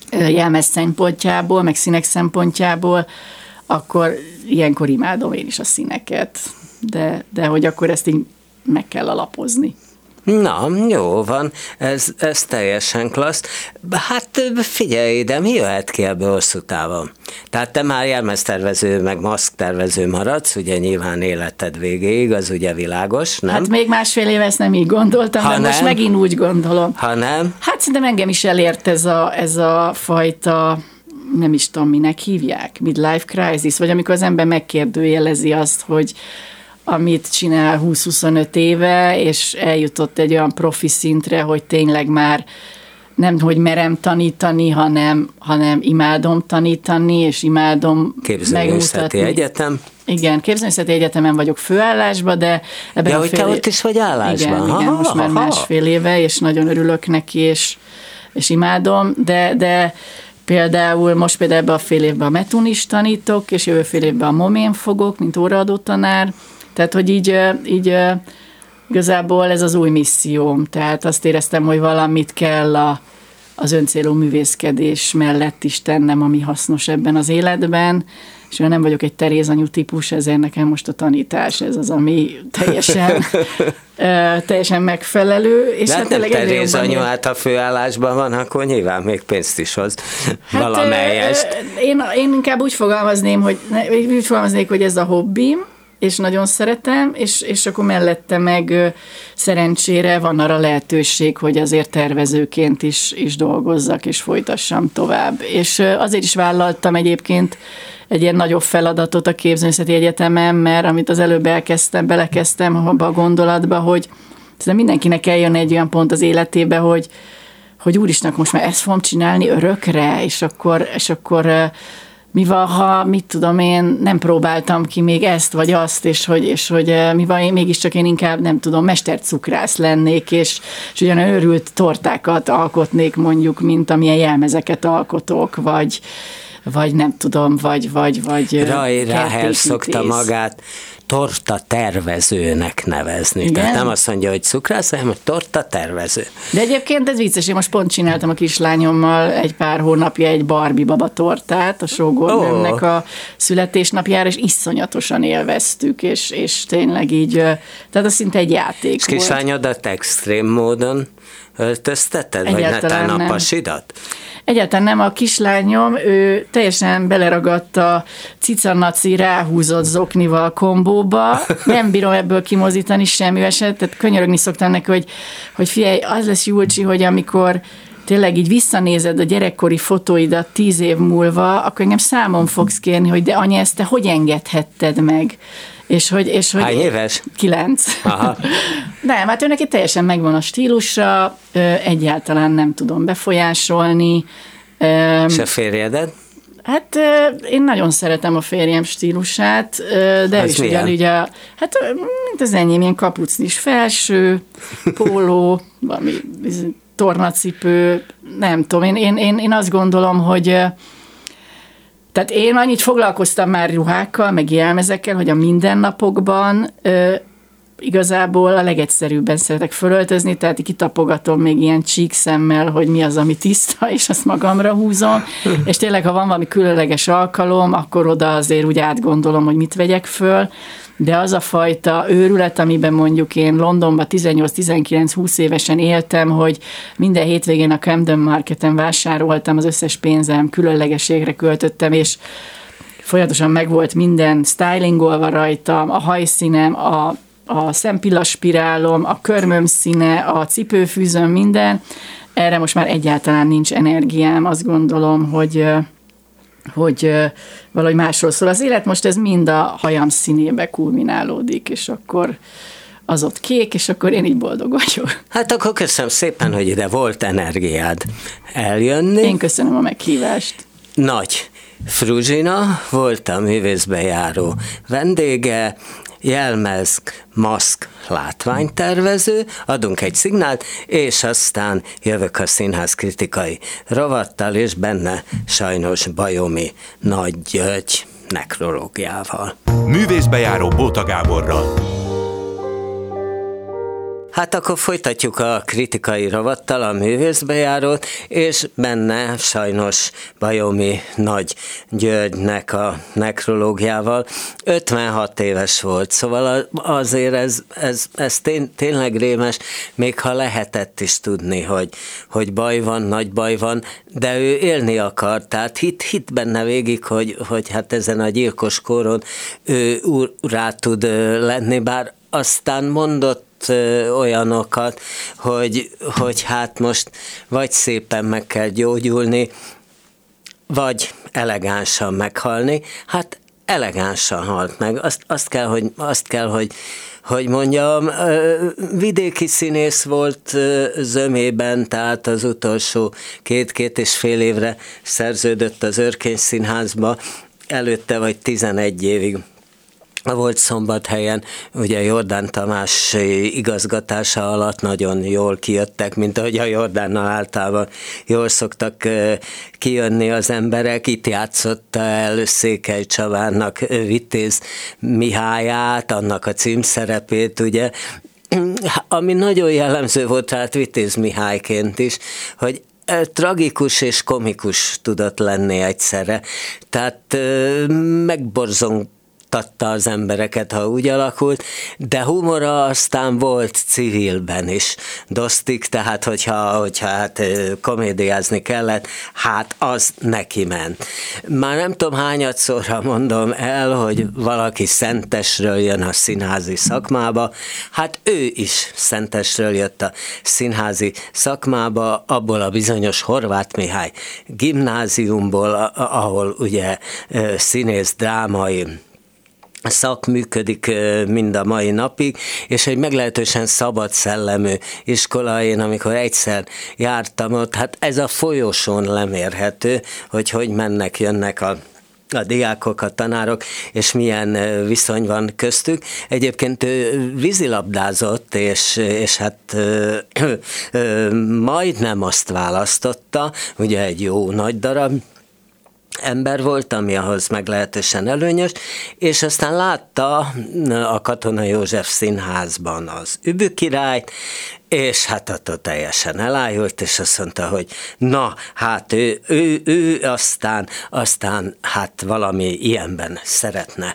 jelmez szempontjából, meg színek szempontjából, akkor ilyenkor imádom én is a színeket, de, de hogy akkor ezt így meg kell alapozni. Na, jó van, ez, ez teljesen klassz. Hát figyelj, de mi jöhet ki ebből hosszú távon? Tehát te már jelmeztervező, meg maszktervező maradsz, ugye nyilván életed végéig, az ugye világos, nem? Hát még másfél éve ezt nem így gondoltam, ha de nem? Most megint úgy gondolom. Ha nem? Hát szerintem engem is elért ez a, ez a fajta, nem is tudom, minek hívják, midlife crisis, vagy amikor az ember megkérdőjelezi azt, hogy amit csinál húsz-huszonöt éve, és eljutott egy olyan profi szintre, hogy tényleg már nem, hogy merem tanítani, hanem, hanem imádom tanítani, és imádom Képzőművészeti Egyetem. Igen, Képzőművészeti Egyetemen vagyok főállásban, de ebben ja, a hogy fél... te ott is vagy állásban. Igen, ha, igen, most ha, már ha. másfél éve, és nagyon örülök neki, és, és imádom, de, de például most például ebben a fél évben a Metun is tanítok, és jövő fél évben a Momén fogok, mint óraadó tanár. Tehát, hogy így, így igazából ez az új misszióm. Tehát azt éreztem, hogy valamit kell a, az öncélú művészkedés mellett is tennem, ami hasznos ebben az életben. És én nem vagyok egy Terézanyu típus, ezért nekem most a tanítás, ez az, ami teljesen, teljesen megfelelő. És de hát nem Terézanyu hát a főállásban van, akkor nyilván még pénzt is hoz hát, valamelyest. Én, én inkább úgy fogalmazném, hogy, úgy fogalmaznék, hogy ez a hobbim, és nagyon szeretem, és, és akkor mellette meg szerencsére van arra lehetőség, hogy azért tervezőként is, is dolgozzak, és folytassam tovább. És azért is vállaltam egyébként egy ilyen nagyobb feladatot a Képzőművészeti Egyetemen, mert amit az előbb elkezdtem, belekezdtem abba a gondolatba, hogy mindenkinek eljön egy olyan pont az életébe, hogy, hogy úristen, most már ezt fogom csinálni örökre, és akkor, és akkor mi van, ha, mit tudom én, nem próbáltam ki még ezt vagy azt, és hogy, és hogy mi van, én mégiscsak én inkább, nem tudom, mestercukrász lennék, és, és ugyan őrült tortákat alkotnék mondjuk, mint amilyen jelmezeket alkotok, vagy, vagy nem tudom, vagy, vagy, vagy Raj, Ráhel szokta magát torta tervezőnek nevezni. Igen? Tehát nem azt mondja, hogy cukrász, hanem hogy torta tervező. De egyébként ez vicces, én most pont csináltam a kislányommal egy pár hónapja egy Barbie baba tortát a sógornőmnek a születésnapjára, és iszonyatosan élveztük, és, és tényleg így, tehát az szinte egy játék és volt. És kislányodat extrém módon öltözteted? Egyáltalán vagy netán nem. A pasidat? Egyáltalán nem, a kislányom, ő teljesen beleragadt a cicanaci ráhúzott zoknival kombóba, nem bírom ebből kimozítani semmi eset, tehát könyörögni szoktam neki, hogy, hogy figyelj, az lesz Julcsi, hogy amikor tényleg így visszanézed a gyerekkori fotóidat tíz év múlva, akkor engem számon fogsz kérni, hogy de anya, ezt te hogy engedhetted meg? És hogy, és hogy hány éves? Kilenc. Aha. Nem, hát ő neki teljesen megvan a stílusa, egyáltalán nem tudom befolyásolni. És a férjedet? Hát én nagyon szeretem a férjem stílusát, de az is ugyanúgy a, hát mint az enyém, ilyen kapucnis felső, póló, valami tornacipő, nem tudom, én, én, én, én azt gondolom, hogy tehát én annyit foglalkoztam már ruhákkal, meg jelmezekkel, hogy a mindennapokban ö, igazából a legegyszerűbben szeretek fölöltözni, tehát így kitapogatom még ilyen csíkszemmel, hogy mi az, ami tiszta, és azt magamra húzom, és tényleg, ha van valami különleges alkalom, akkor oda azért úgy átgondolom, hogy mit vegyek föl, de az a fajta őrület, amiben mondjuk én Londonban tizennyolc-tizenkilenc-húsz évesen éltem, hogy minden hétvégén a Camden Marketen vásároltam, az összes pénzem különlegességre költöttem, és folyamatosan megvolt minden stylingolva rajtam, a hajszínem, a, a szempillaspirálom, a körmöm színe, a cipőfűzöm, minden. Erre most már egyáltalán nincs energiám, azt gondolom, hogy hogy valahogy másról szól az élet, most ez mind a hajam színébe kulminálódik, és akkor az ott kék, és akkor én így boldog vagyok. Hát akkor köszönöm szépen, hogy ide volt energiád eljönni. Én köszönöm a meghívást. Nagy Fruzsina volt a művészbejáró vendége, jelmez, maszk, látványtervező, adunk egy szignált, és aztán jövök a színház kritikai rovattal, és benne sajnos Bajomi Nagy György nekrológiával. Művészbejáró Bóta Gáborral. Hát akkor folytatjuk a kritikai rovattal a művészbejárót, és benne sajnos Bajomi Nagy Györgynek a nekrológiával. ötvenhat éves volt, szóval azért ez, ez, ez tény, tényleg rémes, még ha lehetett is tudni, hogy, hogy baj van, nagy baj van, de ő élni akar, tehát hit, hit benne végig, hogy, hogy hát ezen a gyilkos koron ő rá tud lenni, bár aztán mondott olyanokat, hogy, hogy hát most vagy szépen meg kell gyógyulni, vagy elegánsan meghalni. Hát elegánsan halt meg. Azt, azt kell, hogy, azt kell, hogy hogy mondjam, vidéki színész volt zömében, tehát az utolsó két-két és fél évre szerződött az Örkény Színházba, előtte vagy tizenegy évig volt Szombathelyen, ugye Jordán Tamás igazgatása alatt nagyon jól kijöttek, mint ahogy a Jordánnal általában jól szoktak kijönni az emberek. Itt játszotta el Székely Csabának Vitéz Mihályát, annak a címszerepét, ugye, ami nagyon jellemző volt, tehát Vitéz Mihályként is, hogy tragikus és komikus tudott lenni egyszerre. Tehát megborzong tatta az embereket, ha úgy alakult, de humora aztán volt civilben is. Dosztik, tehát hogyha, hogyha hát komédiázni kellett, hát az neki ment. Már nem tudom hányadszorra mondom el, hogy valaki Szentesről jön a színházi szakmába, hát ő is Szentesről jött a színházi szakmába, abból a bizonyos Horváth Mihály gimnáziumból, ahol ugye színész, drámai szak működik mind a mai napig, és egy meglehetősen szabad szellemű iskola. Én amikor egyszer jártam ott, hát ez a folyosón lemérhető, hogy hogy mennek, jönnek a a diákok, a tanárok, és milyen viszony van köztük. Egyébként ő vízilabdázott, és, és hát ö, ö, ö, majdnem azt választotta, ugye egy jó nagy darab ember volt, ami ahhoz meglehetősen előnyös, és aztán látta a Katona József Színházban az Übű királyt, és hát attól teljesen elájult, és azt mondta, hogy na, hát ő, ő, ő aztán, aztán hát valami ilyenben szeretne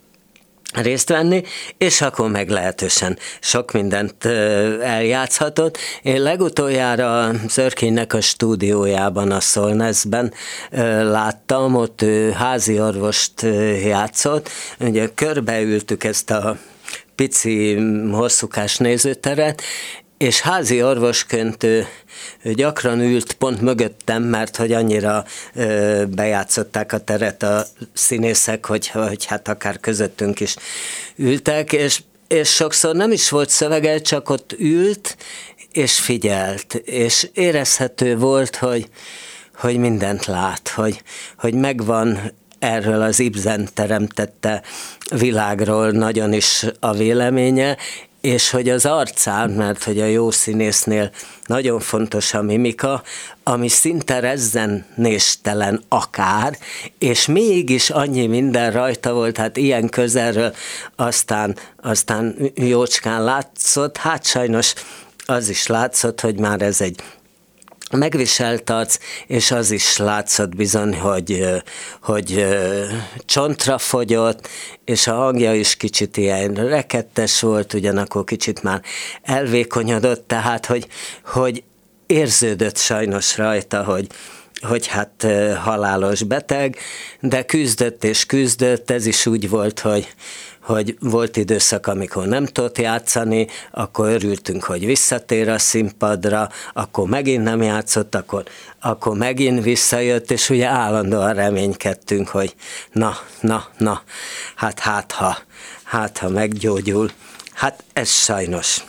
részt venni, és akkor meglehetősen sok mindent eljátszhatott. Én legutoljára az Örkénynek a stúdiójában, a Szolneszben láttam, ott ő házi orvost játszott, ugye körbeültük ezt a pici hosszúkás nézőteret, és házi orvosként ő, ő gyakran ült pont mögöttem, mert hogy annyira ö, bejátszották a teret a színészek, hogy, hogy hát akár közöttünk is ültek, és, és sokszor nem is volt szövege, csak ott ült, és figyelt, és érezhető volt, hogy, hogy mindent lát, hogy, hogy megvan erről az Ibsen teremtette világról nagyon is a véleménye, és hogy az arcán, mert hogy a jó színésznél nagyon fontos a mimika, ami szinte rezzenéstelen akár, és mégis annyi minden rajta volt, hát ilyen közelről aztán, aztán jócskán látszott, hát sajnos az is látszott, hogy már ez egy megviselt arc, és az is látszott bizony, hogy, hogy csontra fogyott, és a hangja is kicsit ilyen rekettes volt, ugyanakkor kicsit már elvékonyodott, tehát, hogy, hogy érződött sajnos rajta, hogy, hogy hát halálos beteg, de küzdött és küzdött, ez is úgy volt, hogy hogy volt időszak, amikor nem tudott játszani, akkor örültünk, hogy visszatér a színpadra, akkor megint nem játszott, akkor, akkor megint visszajött, és ugye állandóan reménykedtünk, hogy na, na, na, hát hát ha, hát ha meggyógyul. Hát ez sajnos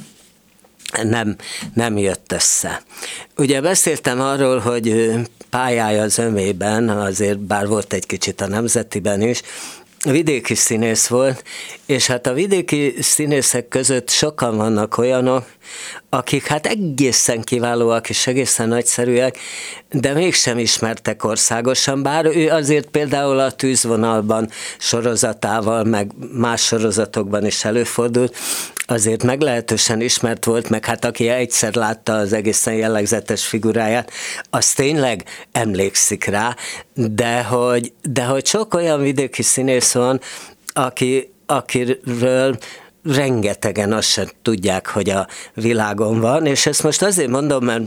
nem, nem jött össze. Ugye beszéltem arról, hogy pályája zömében, azért bár volt egy kicsit a Nemzetiben is, vidéki színész volt, és hát a vidéki színészek között sokan vannak olyanok, akik hát egészen kiválóak és egészen nagyszerűek, de mégsem ismertek országosan, bár ő azért például a Tűzvonalban sorozatával, meg más sorozatokban is előfordult, azért meglehetősen ismert volt, meg hát aki egyszer látta az egészen jellegzetes figuráját, az tényleg emlékszik rá, de hogy, de hogy sok olyan vidéki színész van, aki, akiről rengetegen azt sem tudják, hogy a világon van, és ezt most azért mondom, mert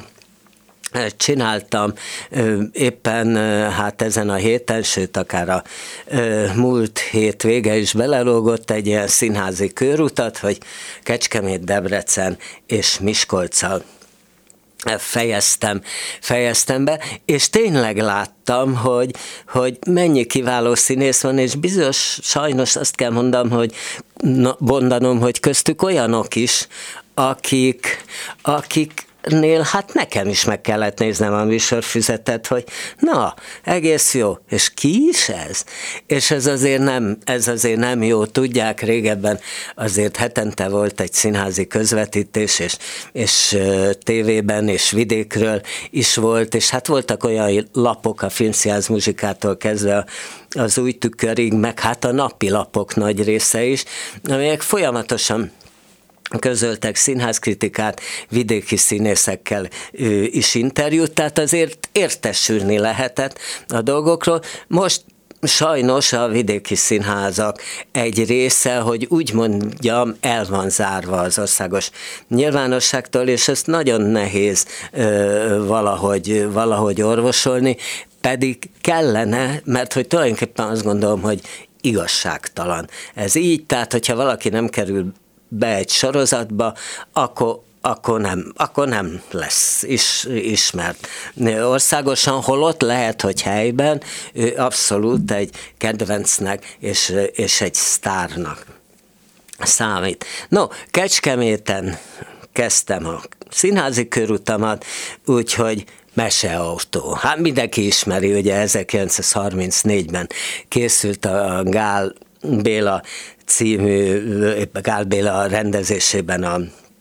csináltam éppen hát ezen a héten, sőt akár a múlt hét vége is belelógott egy ilyen színházi körutat, hogy Kecskemét, Debrecen és Miskolccal fejeztem, fejeztem be, és tényleg láttam, hogy, hogy mennyi kiváló színész van, és bizonyos, sajnos azt kell mondanom, hogy mondanom, hogy köztük olyanok is, akik, akik nél, hát nekem is meg kellett néznem a műsorfüzetet, hogy na, egész jó, és ki is ez? És ez azért nem, ez azért nem jó, tudják, régebben azért hetente volt egy színházi közvetítés, és, és tévében, és vidékről is volt, és hát voltak olyan lapok a Filmszínház muzsikától kezdve az Új Tükörig, meg hát a napi lapok nagy része is, amelyek folyamatosan közöltek színházkritikát, vidéki színészekkel is interjút, tehát azért értesülni lehetett a dolgokról. Most sajnos a vidéki színházak egy része, hogy úgy mondjam, el van zárva az országos nyilvánosságtól, és ezt nagyon nehéz ö, valahogy, valahogy orvosolni, pedig kellene, mert hogy tulajdonképpen azt gondolom, hogy igazságtalan. Ez így, tehát hogyha valaki nem kerül be egy sorozatba, akkor, akkor, nem, akkor nem lesz is, ismert országosan, holott lehet, hogy helyben ő abszolút egy kedvencnek és, és egy sztárnak számít. No, Kecskeméten kezdtem a színházi körutamat, úgyhogy Meseautó. Hát mindenki ismeri, ugye ezerkilencszázharmincnégyben készült a Gál Béla című, Gál Béla rendezésében a,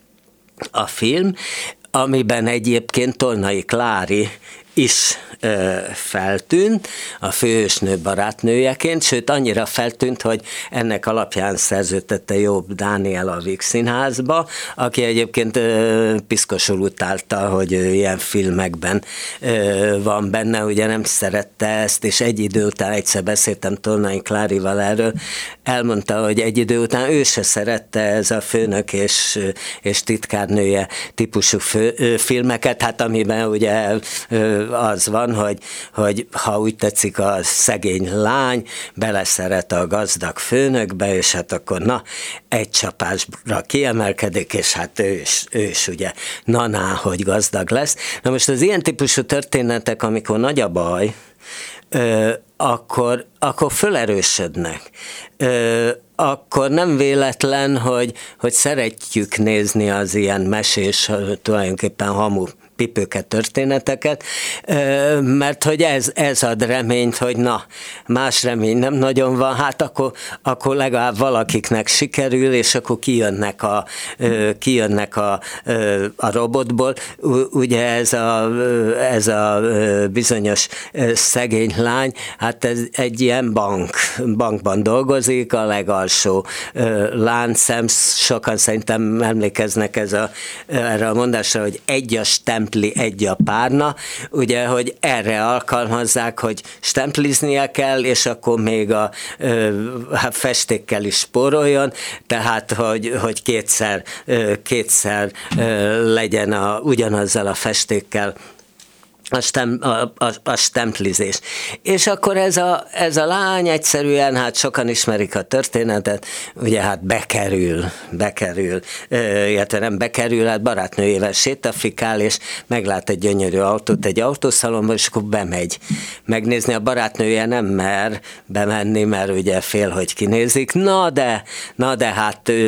a film, amiben egyébként Tolnai Klári is ö, feltűnt, a főhősnő barátnőjeként, sőt annyira feltűnt, hogy ennek alapján szerződtette Jobb Dániel a Víg Színházba, aki egyébként ö, piszkosul utálta, hogy ő ilyen filmekben ö, van benne, ugye nem szerette ezt, és egy idő után egyszer beszéltem Tolnai Klárival erről, elmondta, hogy egy idő után ő se szerette ez a főnök és, és titkárnője típusú fő, ö, filmeket, hát amiben ugye ö, az van, hogy, hogy ha úgy tetszik, a szegény lány beleszeret a gazdag főnökbe, és hát akkor na, egy csapásra kiemelkedik, és hát ő is, ő is ugye naná, hogy gazdag lesz. Na most az ilyen típusú történetek, amikor nagy a baj, ö, akkor, akkor fölerősödnek. Ö, akkor nem véletlen, hogy, hogy szeretjük nézni az ilyen mesés, tulajdonképpen hamu pipőket, történeteket, mert hogy ez, ez ad reményt, hogy na, más remény nem nagyon van, hát akkor, akkor legalább valakiknek sikerül, és akkor kijönnek a, kijönnek a, a robotból. Ugye ez a, ez a bizonyos szegény lány, hát ez egy ilyen bank, bankban dolgozik, a legalsó láncszem, sokan szerintem emlékeznek ez a, erre a mondásra, hogy egy a stem egy a párna, ugye, hogy erre alkalmazzák, hogy stempliznie kell, és akkor még a a festékkel is spóroljon, tehát, hogy, hogy kétszer, kétszer legyen a, ugyanazzal a festékkel a, stem, a, a, a stemplizés. És akkor ez a, ez a lány egyszerűen, hát sokan ismerik a történetet, ugye hát bekerül, bekerül, illetve nem bekerül, hát barátnőjével sétafikál, és meglát egy gyönyörű autót egy autószalomban, és akkor bemegy megnézni. A barátnője nem mer bemenni, mert ugye fél, hogy kinézik. Na de, na de hát ő,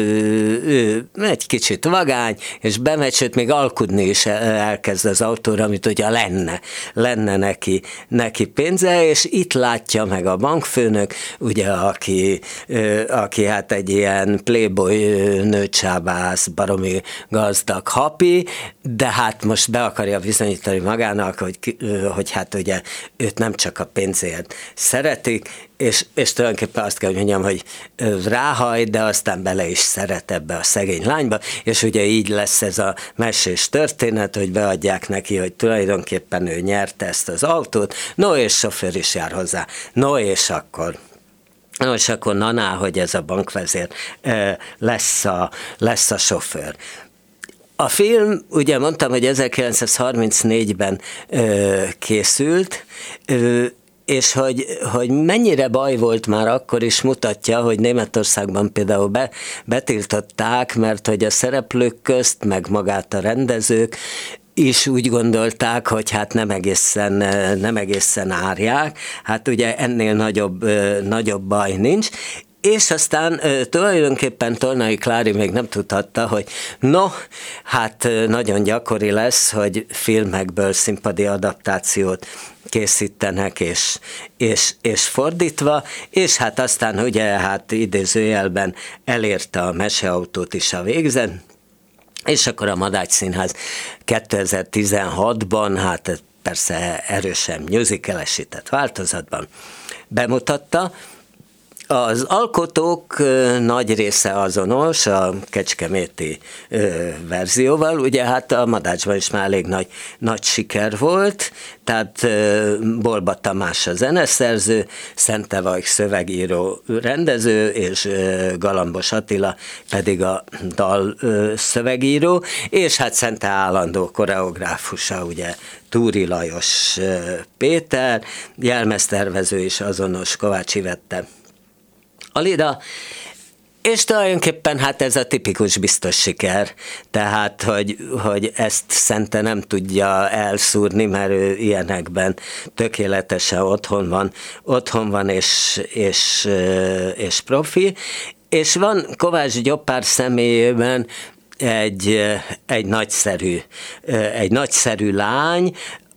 ő egy kicsit vagány, és bemegy, sőt még alkudni is elkezd az autóra, amit ugye lenne lenne, lenne neki, neki pénze, és itt látja meg a bankfőnök, ugye, aki, aki hát egy ilyen playboy nőcsábász, baromi gazdag hapi, de hát most be akarja bizonyítani magának, hogy, hogy hát ugye őt nem csak a pénzért szeretik, és, és tulajdonképpen azt kell, hogy mondjam, hogy ráhajt, de aztán bele is szeret ebbe a szegény lányba, és ugye így lesz ez a mesés történet, hogy beadják neki, hogy tulajdonképpen ő nyerte ezt az autót, no és sofőr is jár hozzá, no és akkor No, és akkor naná, hogy ez a bankvezér lesz a, lesz a sofőr. A film, ugye mondtam, hogy ezerkilencszázharmincnégyben ö, készült, ö, és hogy, hogy mennyire baj volt már akkor is mutatja, hogy Németországban például be, betiltották, mert hogy a szereplők közt, meg magát a rendezők is úgy gondolták, hogy hát nem egészen, nem egészen árják, hát ugye ennél nagyobb, nagyobb baj nincs, és aztán tulajdonképpen Tolnai Klári még nem tudhatta, hogy no, hát nagyon gyakori lesz, hogy filmekből színpadi adaptációt készítenek, és, és, és fordítva, és hát aztán ugye hát idézőjelben elérte a meseautót is a végzet, és akkor a Madács Színház kétezer-tizenhatban, hát persze erősen musicalesített változatban bemutatta. Az alkotók nagy része azonos a kecskeméti verzióval, ugye hát a Madácsban is már elég nagy, nagy siker volt, tehát Bolba Tamás a zeneszerző, Szente Vajk szövegíró rendező, és Galambos Attila pedig a dal szövegíró, és hát Szente állandó koreográfusa, ugye Túri Lajos Péter, jelmeztervező is azonos Kovács Ivette Alida, és tulajdonképpen hát ez a tipikus biztos siker, tehát, hogy, hogy ezt Szente nem tudja elszúrni, mert ő ilyenekben tökéletesen otthon van, otthon van és, és, és profi, és van Kovács Gyopár személyében egy, egy nagyszerű, egy nagyszerű lány,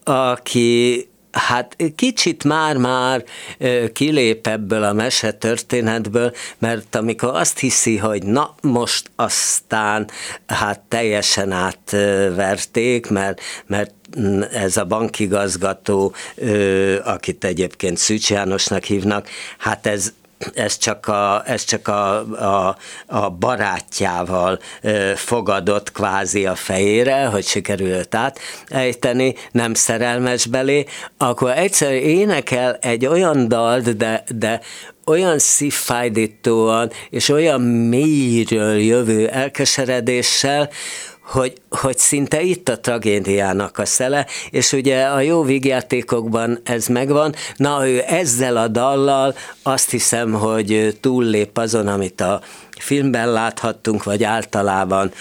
aki hát kicsit már-már kilép ebből a mesetörténetből, mert amikor azt hiszi, hogy na most aztán hát teljesen átverték, mert, mert ez a bankigazgató, akit egyébként Szűcs Jánosnak hívnak, hát ez Ez csak a, ez csak a, a, a barátjával fogadott kvázi a fejére, hogy sikerült átejteni, nem szerelmes belé, akkor egyszer énekel egy olyan dalt, de, de olyan szívfájdítóan és olyan mélyről jövő elkeseredéssel, Hogy, hogy szinte itt a tragédiának a szele, és ugye a jó vígjátékokban ez megvan, na ő ezzel a dallal azt hiszem, hogy túllép azon, amit a filmben láthattunk, vagy általában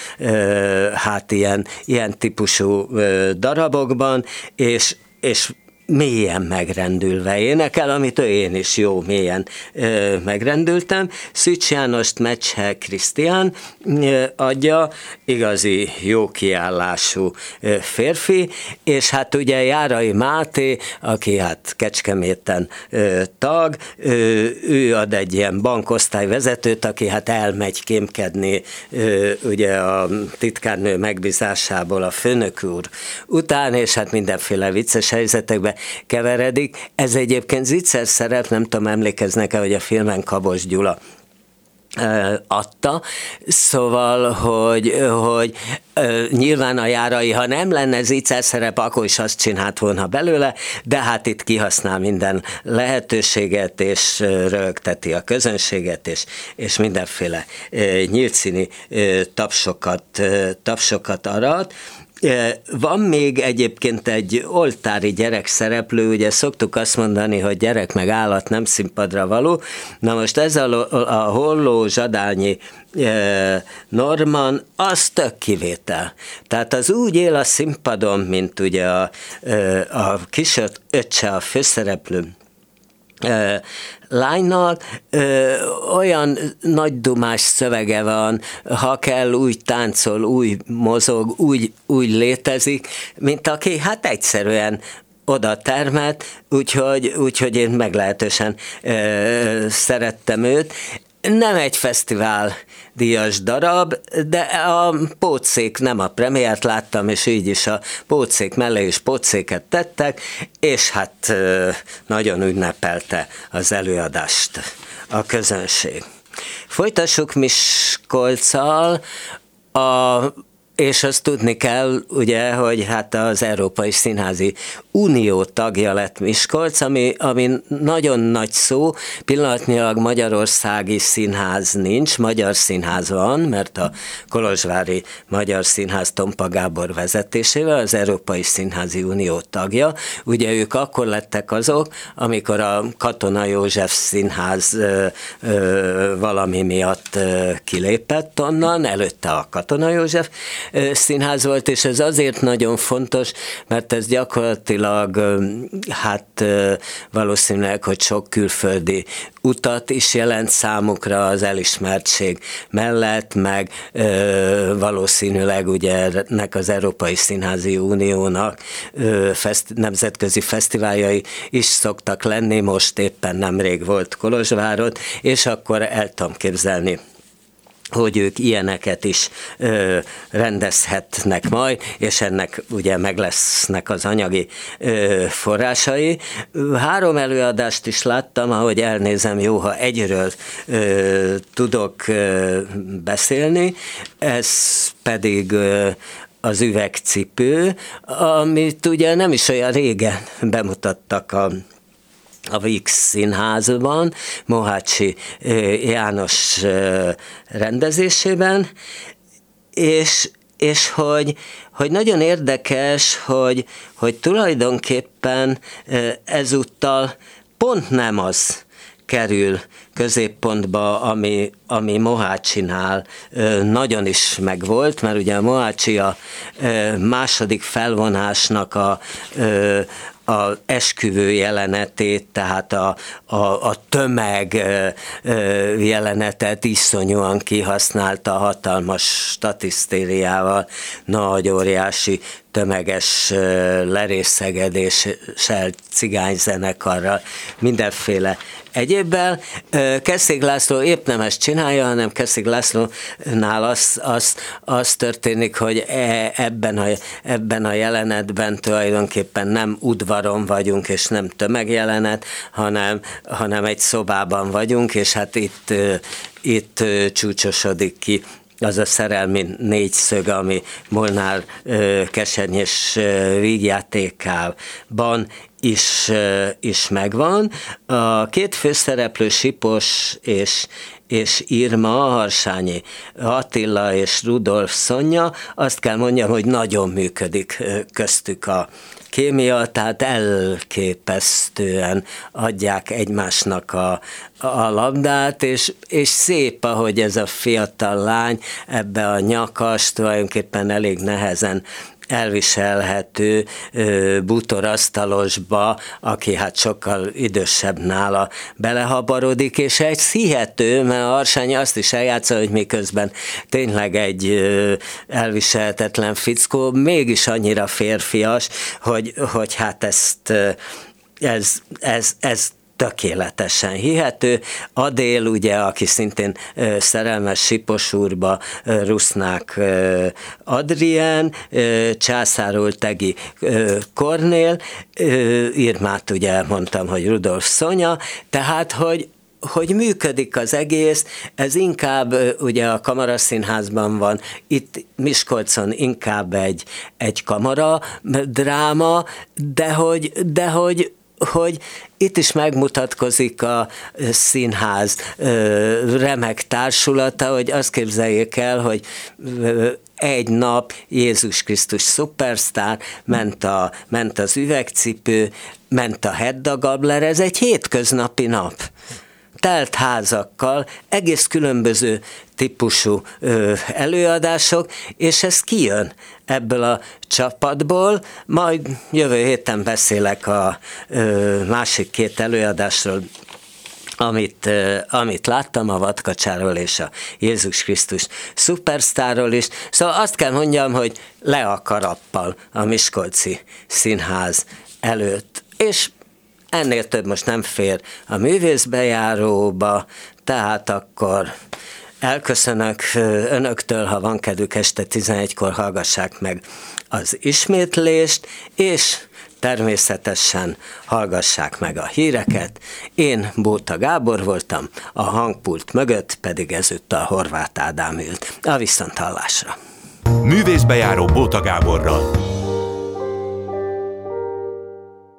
hát ilyen, ilyen típusú darabokban, és, és mélyen megrendülve énekel, amit én is jó mélyen ö, megrendültem. Szűcs Jánost Meccse Krisztián ö, adja, igazi jó kiállású ö, férfi, és hát ugye Járai Máté, aki hát Kecskeméten ö, tag, ö, ő ad egy ilyen bankosztályvezetőt, aki hát elmegy kémkedni ö, ugye a titkárnő megbízásából a főnök úr után, és hát mindenféle vicces helyzetekben keveredik. Ez egyébként zicser szerep, nem tudom, emlékeznek-e, hogy a filmen Kabos Gyula adta, szóval, hogy, hogy nyilván a Járai, ha nem lenne zicser szerep, akkor is azt csinált volna belőle, de hát itt kihasznál minden lehetőséget, és rögteti a közönséget, és, és mindenféle nyíltszíni tapsokat, tapsokat arat. Van még egyébként egy oltári gyerek szereplő, ugye szoktuk azt mondani, hogy gyerek meg állat nem színpadra való. Na most ez a, a Holló Zsadányi Norman, az tök kivétel. Tehát az úgy él a színpadon, mint ugye a, a kis öccse, a főszereplő, ö, lánynak, ö, olyan nagy dumás szövege van, ha kell, úgy táncol, úgy mozog, úgy, úgy létezik, mint aki hát egyszerűen oda termelt, úgyhogy, úgyhogy én meglehetősen ö, szerettem őt. Nem egy fesztivál díjas darab, de a pótszék, nem a premiért láttam, és így is a pótszék mellé is pótszéket tettek, és hát nagyon ünnepelte az előadást a közönség. Folytassuk Miskolccal, a és azt tudni kell, ugye, hogy hát az Európai Színházi Unió tagja lett Miskolc, ami, ami nagyon nagy szó. Pillanatnyilag magyarországi színház nincs, magyar színház van, mert a kolozsvári Magyar Színház Tompa Gábor vezetésével az Európai Színházi Unió tagja. Ugye ők akkor lettek azok, amikor a Katona József Színház ö, ö, valami miatt ö, kilépett onnan, előtte a Katona József Színház volt, és ez azért nagyon fontos, mert ez gyakorlatilag hát valószínűleg, hogy sok külföldi utat is jelent számukra az elismertség mellett, meg ö, valószínűleg ugye ennek az Európai Színházi Uniónak ö, feszti, nemzetközi fesztiváljai is szoktak lenni, most éppen nemrég volt Kolozsvárod, és akkor el tudom képzelni, hogy ők ilyeneket is ö, rendezhetnek majd, és ennek ugye meg lesznek az anyagi ö, forrásai. Három előadást is láttam, ahogy elnézem, jó, ha egyről ö, tudok ö, beszélni, ez pedig ö, az Üvegcipő, amit ugye nem is olyan régen bemutattak a a Víg Színházban, Mohácsi János rendezésében, és, és hogy, hogy nagyon érdekes, hogy, hogy tulajdonképpen ezúttal pont nem az kerül középpontba, ami, ami Mohácsinál nagyon is megvolt, mert ugye a Mohácsi a második felvonásnak a a esküvő jelenetét, tehát a, a, a tömeg jelenetet iszonyúan kihasználta hatalmas statisztériával, nagy óriási tömeges lerészegedéssel, cigányzenekarral, mindenféle egyébbel. Keszig László épp nem ezt csinálja, hanem Keszig Lászlónál az, az, az történik, hogy ebben a, ebben a jelenetben tulajdonképpen nem udvaron vagyunk, és nem tömegjelenet, hanem, hanem egy szobában vagyunk, és hát itt, itt csúcsosodik ki az a szerelmi négyszög, ami Molnár Kesernyés vígjátékában is, is megvan. A két főszereplő, Sipos és, és Irma, Harsányi Attila és Rudolf Szonya, azt kell mondjam, hogy nagyon működik köztük a kémia, tehát elképesztően adják egymásnak a, a labdát, és, és szép, ahogy ez a fiatal lány ebbe a nyakas, tulajdonképpen elég nehezen elviselhető bútorasztalosba, aki hát sokkal idősebb nála belehabarodik, és egy hihető, mert a Harsányi azt is eljátsza, hogy miközben tényleg egy elviselhetetlen fickó, mégis annyira férfias, hogy, hogy hát ezt ez, ez, ez tökéletesen hihető. Adél, ugye, aki szintén ö, szerelmes Sipos úrba, ö, Rusznák ö, Adrien, ö, Császároltegi ö, Kornél, ö, Irmát ugye mondtam, hogy Rudolf Szonya, tehát, hogy hogy működik az egész, ez inkább ugye a Kamaraszínházban van, itt Miskolcon inkább egy, egy kamara dráma, de hogy, de hogy hogy itt is megmutatkozik a színház remek társulata, hogy azt képzeljék el, hogy egy nap Jézus Krisztus szupersztár, ment, a, ment az Üvegcipő, ment a Hedda Gabler, ez egy hétköznapi nap. telt házakkal, egész különböző típusú ö, előadások, és ez kijön ebből a csapatból. Majd jövő héten beszélek a ö, másik két előadásról, Amit, amit láttam, a Vadkacsáról és a Jézus Krisztus szupersztárról is. Szóval azt kell mondjam, hogy le a karappal a Miskolci Színház előtt. És ennél több most nem fér a művészbejáróba, tehát akkor elköszönök önöktől, ha van kedvük, este tizenegykor hallgassák meg az ismétlést, és természetesen hallgassák meg a híreket. Én Bóta Gábor voltam, a hangpult mögött pedig ezúttal Horváth Ádám ült. A viszonthallásra. Művészbejáró Bóta Gáborral.